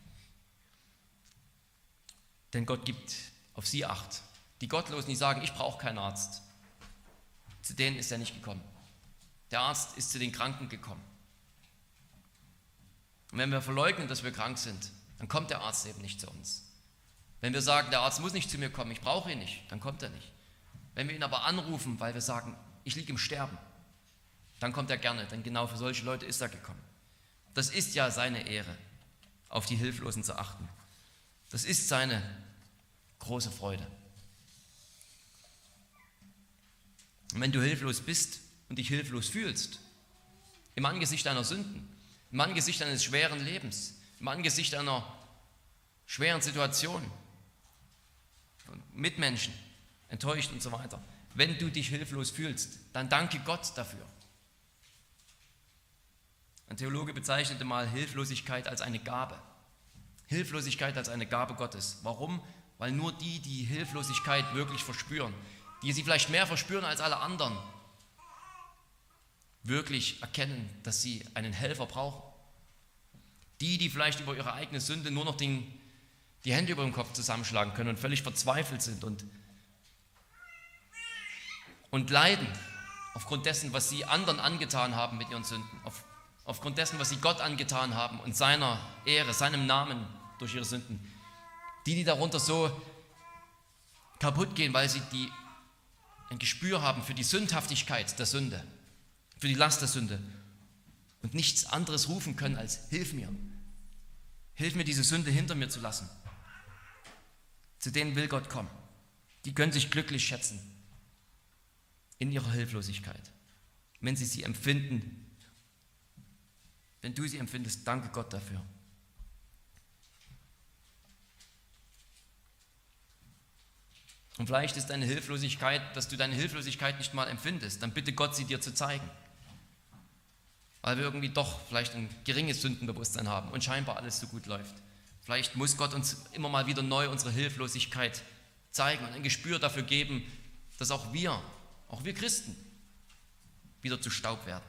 Denn Gott gibt auf sie Acht. Die Gottlosen, die sagen, ich brauche keinen Arzt. Zu denen ist er nicht gekommen. Der Arzt ist zu den Kranken gekommen. Und wenn wir verleugnen, dass wir krank sind, dann kommt der Arzt eben nicht zu uns. Wenn wir sagen, der Arzt muss nicht zu mir kommen, ich brauche ihn nicht, dann kommt er nicht. Wenn wir ihn aber anrufen, weil wir sagen, ich liege im Sterben, dann kommt er gerne, denn genau für solche Leute ist er gekommen. Das ist ja seine Ehre, auf die Hilflosen zu achten. Das ist seine große Freude. Und wenn du hilflos bist und dich hilflos fühlst, im Angesicht deiner Sünden, im Angesicht eines schweren Lebens, im Angesicht einer schweren Situation, von Mitmenschen, enttäuscht und so weiter, wenn du dich hilflos fühlst, dann danke Gott dafür. Ein Theologe bezeichnete mal Hilflosigkeit als eine Gabe. Hilflosigkeit als eine Gabe Gottes. Warum? Weil nur die, die Hilflosigkeit wirklich verspüren, die sie vielleicht mehr verspüren als alle anderen, wirklich erkennen, dass sie einen Helfer brauchen. Die, die vielleicht über ihre eigene Sünde nur noch den, die Hände über dem Kopf zusammenschlagen können und völlig verzweifelt sind und, und leiden aufgrund dessen, was sie anderen angetan haben mit ihren Sünden, auf, aufgrund dessen, was sie Gott angetan haben und seiner Ehre, seinem Namen durch ihre Sünden. Die, die darunter so kaputt gehen, weil sie die, ein Gespür haben für die Sündhaftigkeit der Sünde, für die Last der Sünde und nichts anderes rufen können als hilf mir. Hilf mir, diese Sünde hinter mir zu lassen. Zu denen will Gott kommen. Die können sich glücklich schätzen in ihrer Hilflosigkeit. Wenn sie sie empfinden, wenn du sie empfindest, danke Gott dafür. Und vielleicht ist deine Hilflosigkeit, dass du deine Hilflosigkeit nicht mal empfindest. Dann bitte Gott, sie dir zu zeigen. Weil wir irgendwie doch vielleicht ein geringes Sündenbewusstsein haben und scheinbar alles so gut läuft. Vielleicht muss Gott uns immer mal wieder neu unsere Hilflosigkeit zeigen und ein Gespür dafür geben, dass auch wir, auch wir Christen, wieder zu Staub werden.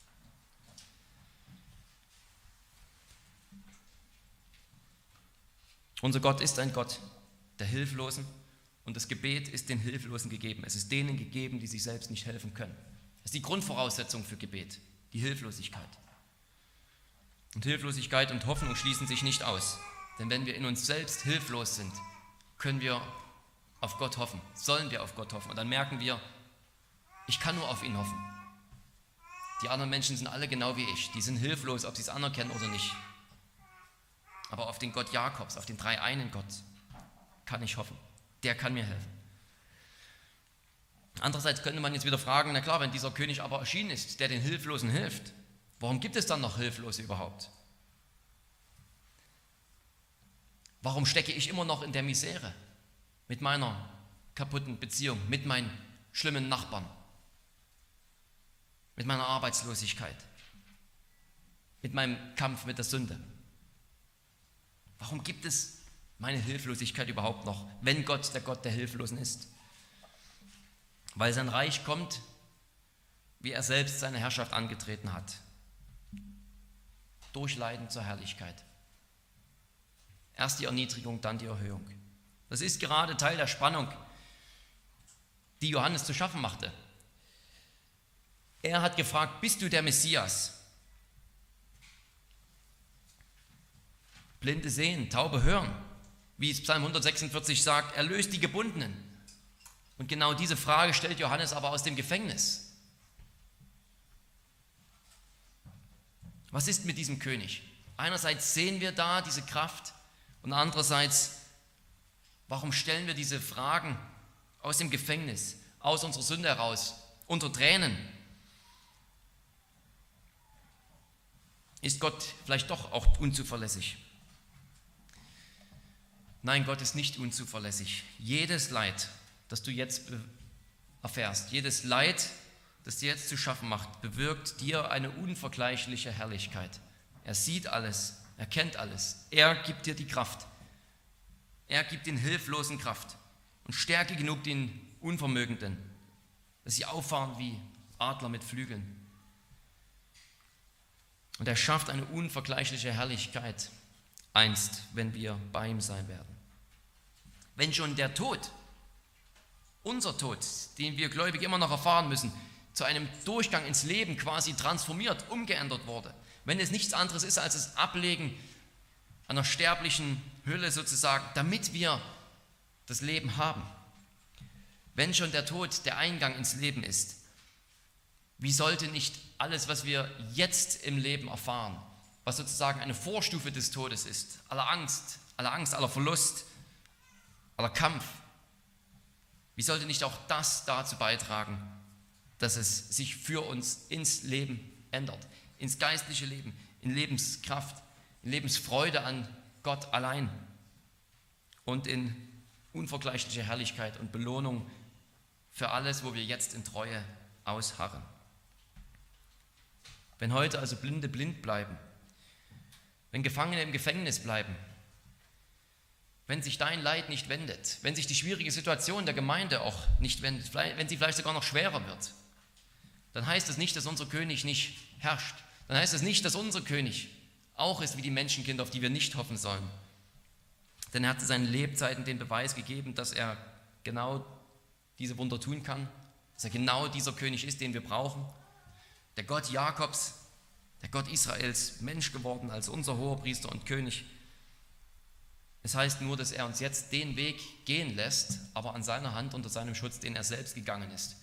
Unser Gott ist ein Gott der Hilflosen und das Gebet ist den Hilflosen gegeben. Es ist denen gegeben, die sich selbst nicht helfen können. Das ist die Grundvoraussetzung für Gebet. Die Hilflosigkeit. Und Hilflosigkeit und Hoffnung schließen sich nicht aus. Denn wenn wir in uns selbst hilflos sind, können wir auf Gott hoffen, sollen wir auf Gott hoffen. Und dann merken wir, ich kann nur auf ihn hoffen. Die anderen Menschen sind alle genau wie ich. Die sind hilflos, ob sie es anerkennen oder nicht. Aber auf den Gott Jakobs, auf den dreieinen Gott, kann ich hoffen. Der kann mir helfen. Andererseits könnte man jetzt wieder fragen, na klar, wenn dieser König aber erschienen ist, der den Hilflosen hilft, warum gibt es dann noch Hilflose überhaupt? Warum stecke ich immer noch in der Misere mit meiner kaputten Beziehung, mit meinen schlimmen Nachbarn, mit meiner Arbeitslosigkeit, mit meinem Kampf mit der Sünde? Warum gibt es meine Hilflosigkeit überhaupt noch, wenn Gott der Gott der Hilflosen ist? Weil sein Reich kommt, wie er selbst seine Herrschaft angetreten hat. Durch Leiden zur Herrlichkeit. Erst die Erniedrigung, dann die Erhöhung. Das ist gerade Teil der Spannung, die Johannes zu schaffen machte. Er hat gefragt, bist du der Messias? Blinde sehen, Taube hören. Wie es Psalm hundertsechsundvierzig sagt, erlöst die Gebundenen. Und genau diese Frage stellt Johannes aber aus dem Gefängnis. Was ist mit diesem König? Einerseits sehen wir da diese Kraft und andererseits, warum stellen wir diese Fragen aus dem Gefängnis, aus unserer Sünde heraus, unter Tränen? Ist Gott vielleicht doch auch unzuverlässig? Nein, Gott ist nicht unzuverlässig. Jedes Leid, das du jetzt erfährst, jedes Leid, das dir jetzt zu schaffen macht, bewirkt dir eine unvergleichliche Herrlichkeit. Er sieht alles, er kennt alles. Er gibt dir die Kraft. Er gibt den Hilflosen Kraft und Stärke genug den Unvermögenden, dass sie auffahren wie Adler mit Flügeln. Und er schafft eine unvergleichliche Herrlichkeit einst, wenn wir bei ihm sein werden. Wenn schon der Tod, unser Tod, den wir gläubig immer noch erfahren müssen, zu einem Durchgang ins Leben quasi transformiert, umgeändert wurde, wenn es nichts anderes ist als das Ablegen einer sterblichen Hülle sozusagen, damit wir das Leben haben. Wenn schon der Tod der Eingang ins Leben ist, wie sollte nicht alles, was wir jetzt im Leben erfahren, was sozusagen eine Vorstufe des Todes ist, aller Angst, aller Angst, aller Verlust, aller Kampf, wie sollte nicht auch das dazu beitragen, dass es sich für uns ins Leben ändert, ins geistliche Leben, in Lebenskraft, in Lebensfreude an Gott allein und in unvergleichliche Herrlichkeit und Belohnung für alles, wo wir jetzt in Treue ausharren. Wenn heute also Blinde blind bleiben, wenn Gefangene im Gefängnis bleiben, wenn sich dein Leid nicht wendet, wenn sich die schwierige Situation der Gemeinde auch nicht wendet, wenn sie vielleicht sogar noch schwerer wird, dann heißt das nicht, dass unser König nicht herrscht. Dann heißt das nicht, dass unser König auch ist wie die Menschenkinder, auf die wir nicht hoffen sollen. Denn er hat zu seinen Lebzeiten den Beweis gegeben, dass er genau diese Wunder tun kann, dass er genau dieser König ist, den wir brauchen. Der Gott Jakobs, der Gott Israels, Mensch geworden als unser Hohepriester und König. Es heißt nur, dass er uns jetzt den Weg gehen lässt, aber an seiner Hand, unter seinem Schutz, den er selbst gegangen ist.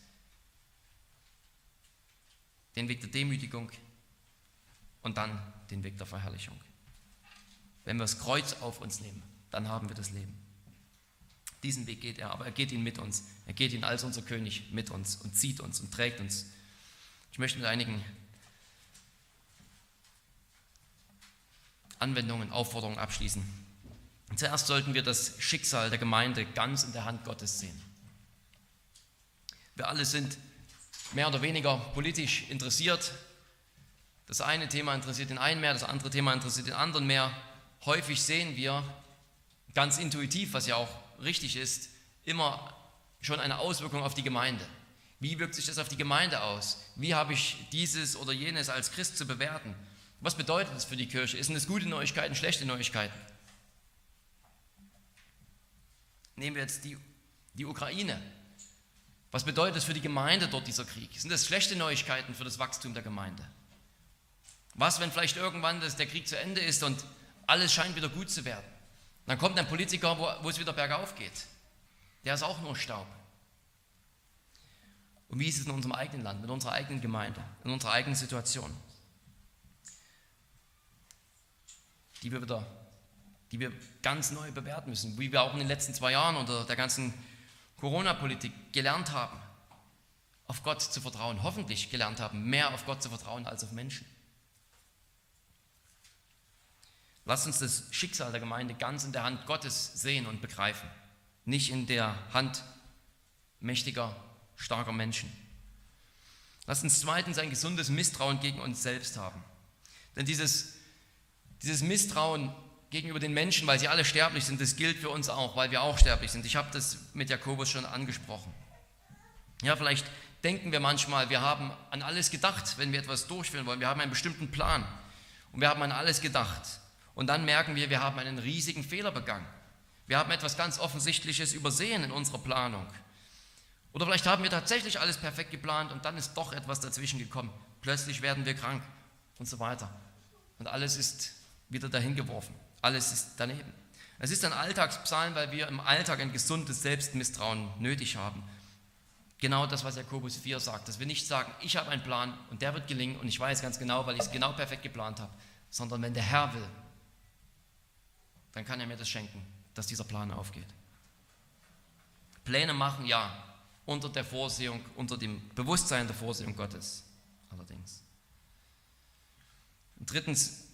Den Weg der Demütigung und dann den Weg der Verherrlichung. Wenn wir das Kreuz auf uns nehmen, dann haben wir das Leben. Diesen Weg geht er, aber er geht ihn mit uns. Er geht ihn als unser König mit uns und zieht uns und trägt uns. Ich möchte mit einigen Anwendungen, Aufforderungen abschließen. Zuerst sollten wir das Schicksal der Gemeinde ganz in der Hand Gottes sehen. Wir alle sind mehr oder weniger politisch interessiert. Das eine Thema interessiert den einen mehr, das andere Thema interessiert den anderen mehr. Häufig sehen wir ganz intuitiv, was ja auch richtig ist, immer schon eine Auswirkung auf die Gemeinde. Wie wirkt sich das auf die Gemeinde aus? Wie habe ich dieses oder jenes als Christ zu bewerten? Was bedeutet das für die Kirche? Sind es gute Neuigkeiten, schlechte Neuigkeiten? Nehmen wir jetzt die, die Ukraine. Was bedeutet es für die Gemeinde dort, dieser Krieg? Sind das schlechte Neuigkeiten für das Wachstum der Gemeinde? Was, wenn vielleicht irgendwann das, der Krieg zu Ende ist und alles scheint wieder gut zu werden? Dann kommt ein Politiker, wo, wo es wieder bergauf geht. Der ist auch nur Staub. Und wie ist es in unserem eigenen Land, mit unserer eigenen Gemeinde, in unserer eigenen Situation, die wir wieder, die wir ganz neu bewerten müssen, wie wir auch in den letzten zwei Jahren unter der ganzen Corona-Politik gelernt haben, auf Gott zu vertrauen, hoffentlich gelernt haben, mehr auf Gott zu vertrauen als auf Menschen. Lasst uns das Schicksal der Gemeinde ganz in der Hand Gottes sehen und begreifen, nicht in der Hand mächtiger, starker Menschen. Lasst uns zweitens ein gesundes Misstrauen gegen uns selbst haben. Denn dieses, dieses Misstrauen gegenüber den Menschen, weil sie alle sterblich sind, das gilt für uns auch, weil wir auch sterblich sind. Ich habe das mit Jakobus schon angesprochen. Ja, vielleicht denken wir manchmal, wir haben an alles gedacht, wenn wir etwas durchführen wollen. Wir haben einen bestimmten Plan und wir haben an alles gedacht. Und dann merken wir, wir haben einen riesigen Fehler begangen. Wir haben etwas ganz Offensichtliches übersehen in unserer Planung. Oder vielleicht haben wir tatsächlich alles perfekt geplant und dann ist doch etwas dazwischen gekommen. Plötzlich werden wir krank und so weiter. Und alles ist wieder dahin geworfen. Alles ist daneben. Es ist ein Alltagspsalm, weil wir im Alltag ein gesundes Selbstmisstrauen nötig haben. Genau das, was Jakobus vier sagt, dass wir nicht sagen, ich habe einen Plan und der wird gelingen und ich weiß ganz genau, weil ich es genau perfekt geplant habe, sondern wenn der Herr will, dann kann er mir das schenken, dass dieser Plan aufgeht. Pläne machen, ja, unter der Vorsehung, unter dem Bewusstsein der Vorsehung Gottes allerdings. Und drittens,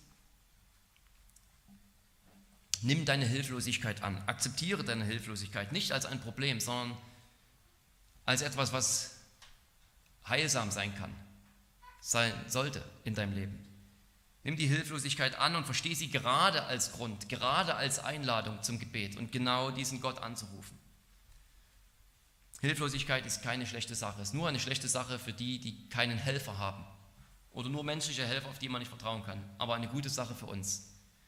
nimm deine Hilflosigkeit an, akzeptiere deine Hilflosigkeit, nicht als ein Problem, sondern als etwas, was heilsam sein kann, sein sollte in deinem Leben. Nimm die Hilflosigkeit an und verstehe sie gerade als Grund, gerade als Einladung zum Gebet und genau diesen Gott anzurufen. Hilflosigkeit ist keine schlechte Sache, ist nur eine schlechte Sache für die, die keinen Helfer haben oder nur menschliche Helfer, auf die man nicht vertrauen kann, aber eine gute Sache für uns.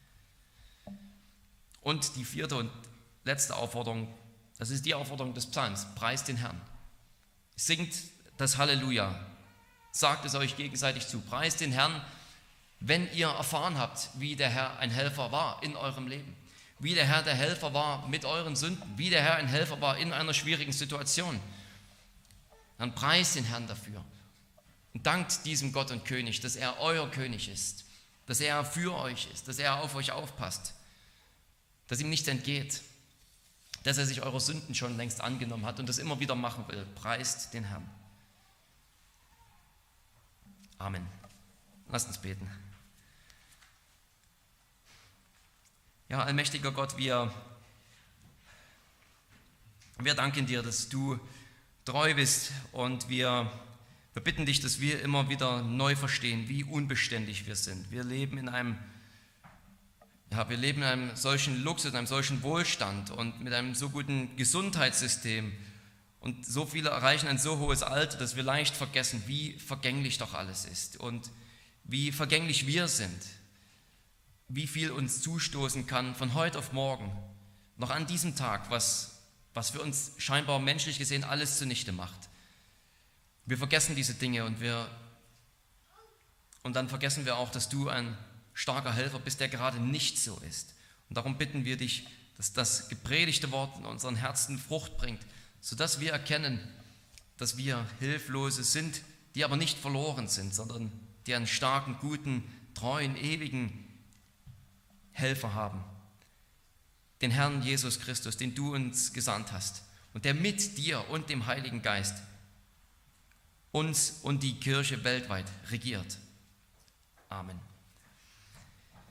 Und die vierte und letzte Aufforderung, das ist die Aufforderung des Psalms, preist den Herrn. Singt das Halleluja, sagt es euch gegenseitig zu, preist den Herrn, wenn ihr erfahren habt, wie der Herr ein Helfer war in eurem Leben, wie der Herr der Helfer war mit euren Sünden, wie der Herr ein Helfer war in einer schwierigen Situation. Dann preist den Herrn dafür und dankt diesem Gott und König, dass er euer König ist, dass er für euch ist, dass er auf euch aufpasst, dass ihm nichts entgeht, dass er sich eurer Sünden schon längst angenommen hat und das immer wieder machen will. Preist den Herrn. Amen. Lasst uns beten. Ja, allmächtiger Gott, wir, wir danken dir, dass du treu bist und wir, wir bitten dich, dass wir immer wieder neu verstehen, wie unbeständig wir sind. Wir leben in einem Ja, wir leben in einem solchen Luxus, in einem solchen Wohlstand und mit einem so guten Gesundheitssystem und so viele erreichen ein so hohes Alter, dass wir leicht vergessen, wie vergänglich doch alles ist und wie vergänglich wir sind, wie viel uns zustoßen kann von heute auf morgen, noch an diesem Tag, was, was für uns scheinbar menschlich gesehen alles zunichte macht. Wir vergessen diese Dinge und, wir, und dann vergessen wir auch, dass du ein starker Helfer bist, der gerade nicht so ist. Und darum bitten wir dich, dass das gepredigte Wort in unseren Herzen Frucht bringt, sodass wir erkennen, dass wir Hilflose sind, die aber nicht verloren sind, sondern die einen starken, guten, treuen, ewigen Helfer haben. Den Herrn Jesus Christus, den du uns gesandt hast und der mit dir und dem Heiligen Geist uns und die Kirche weltweit regiert. Amen.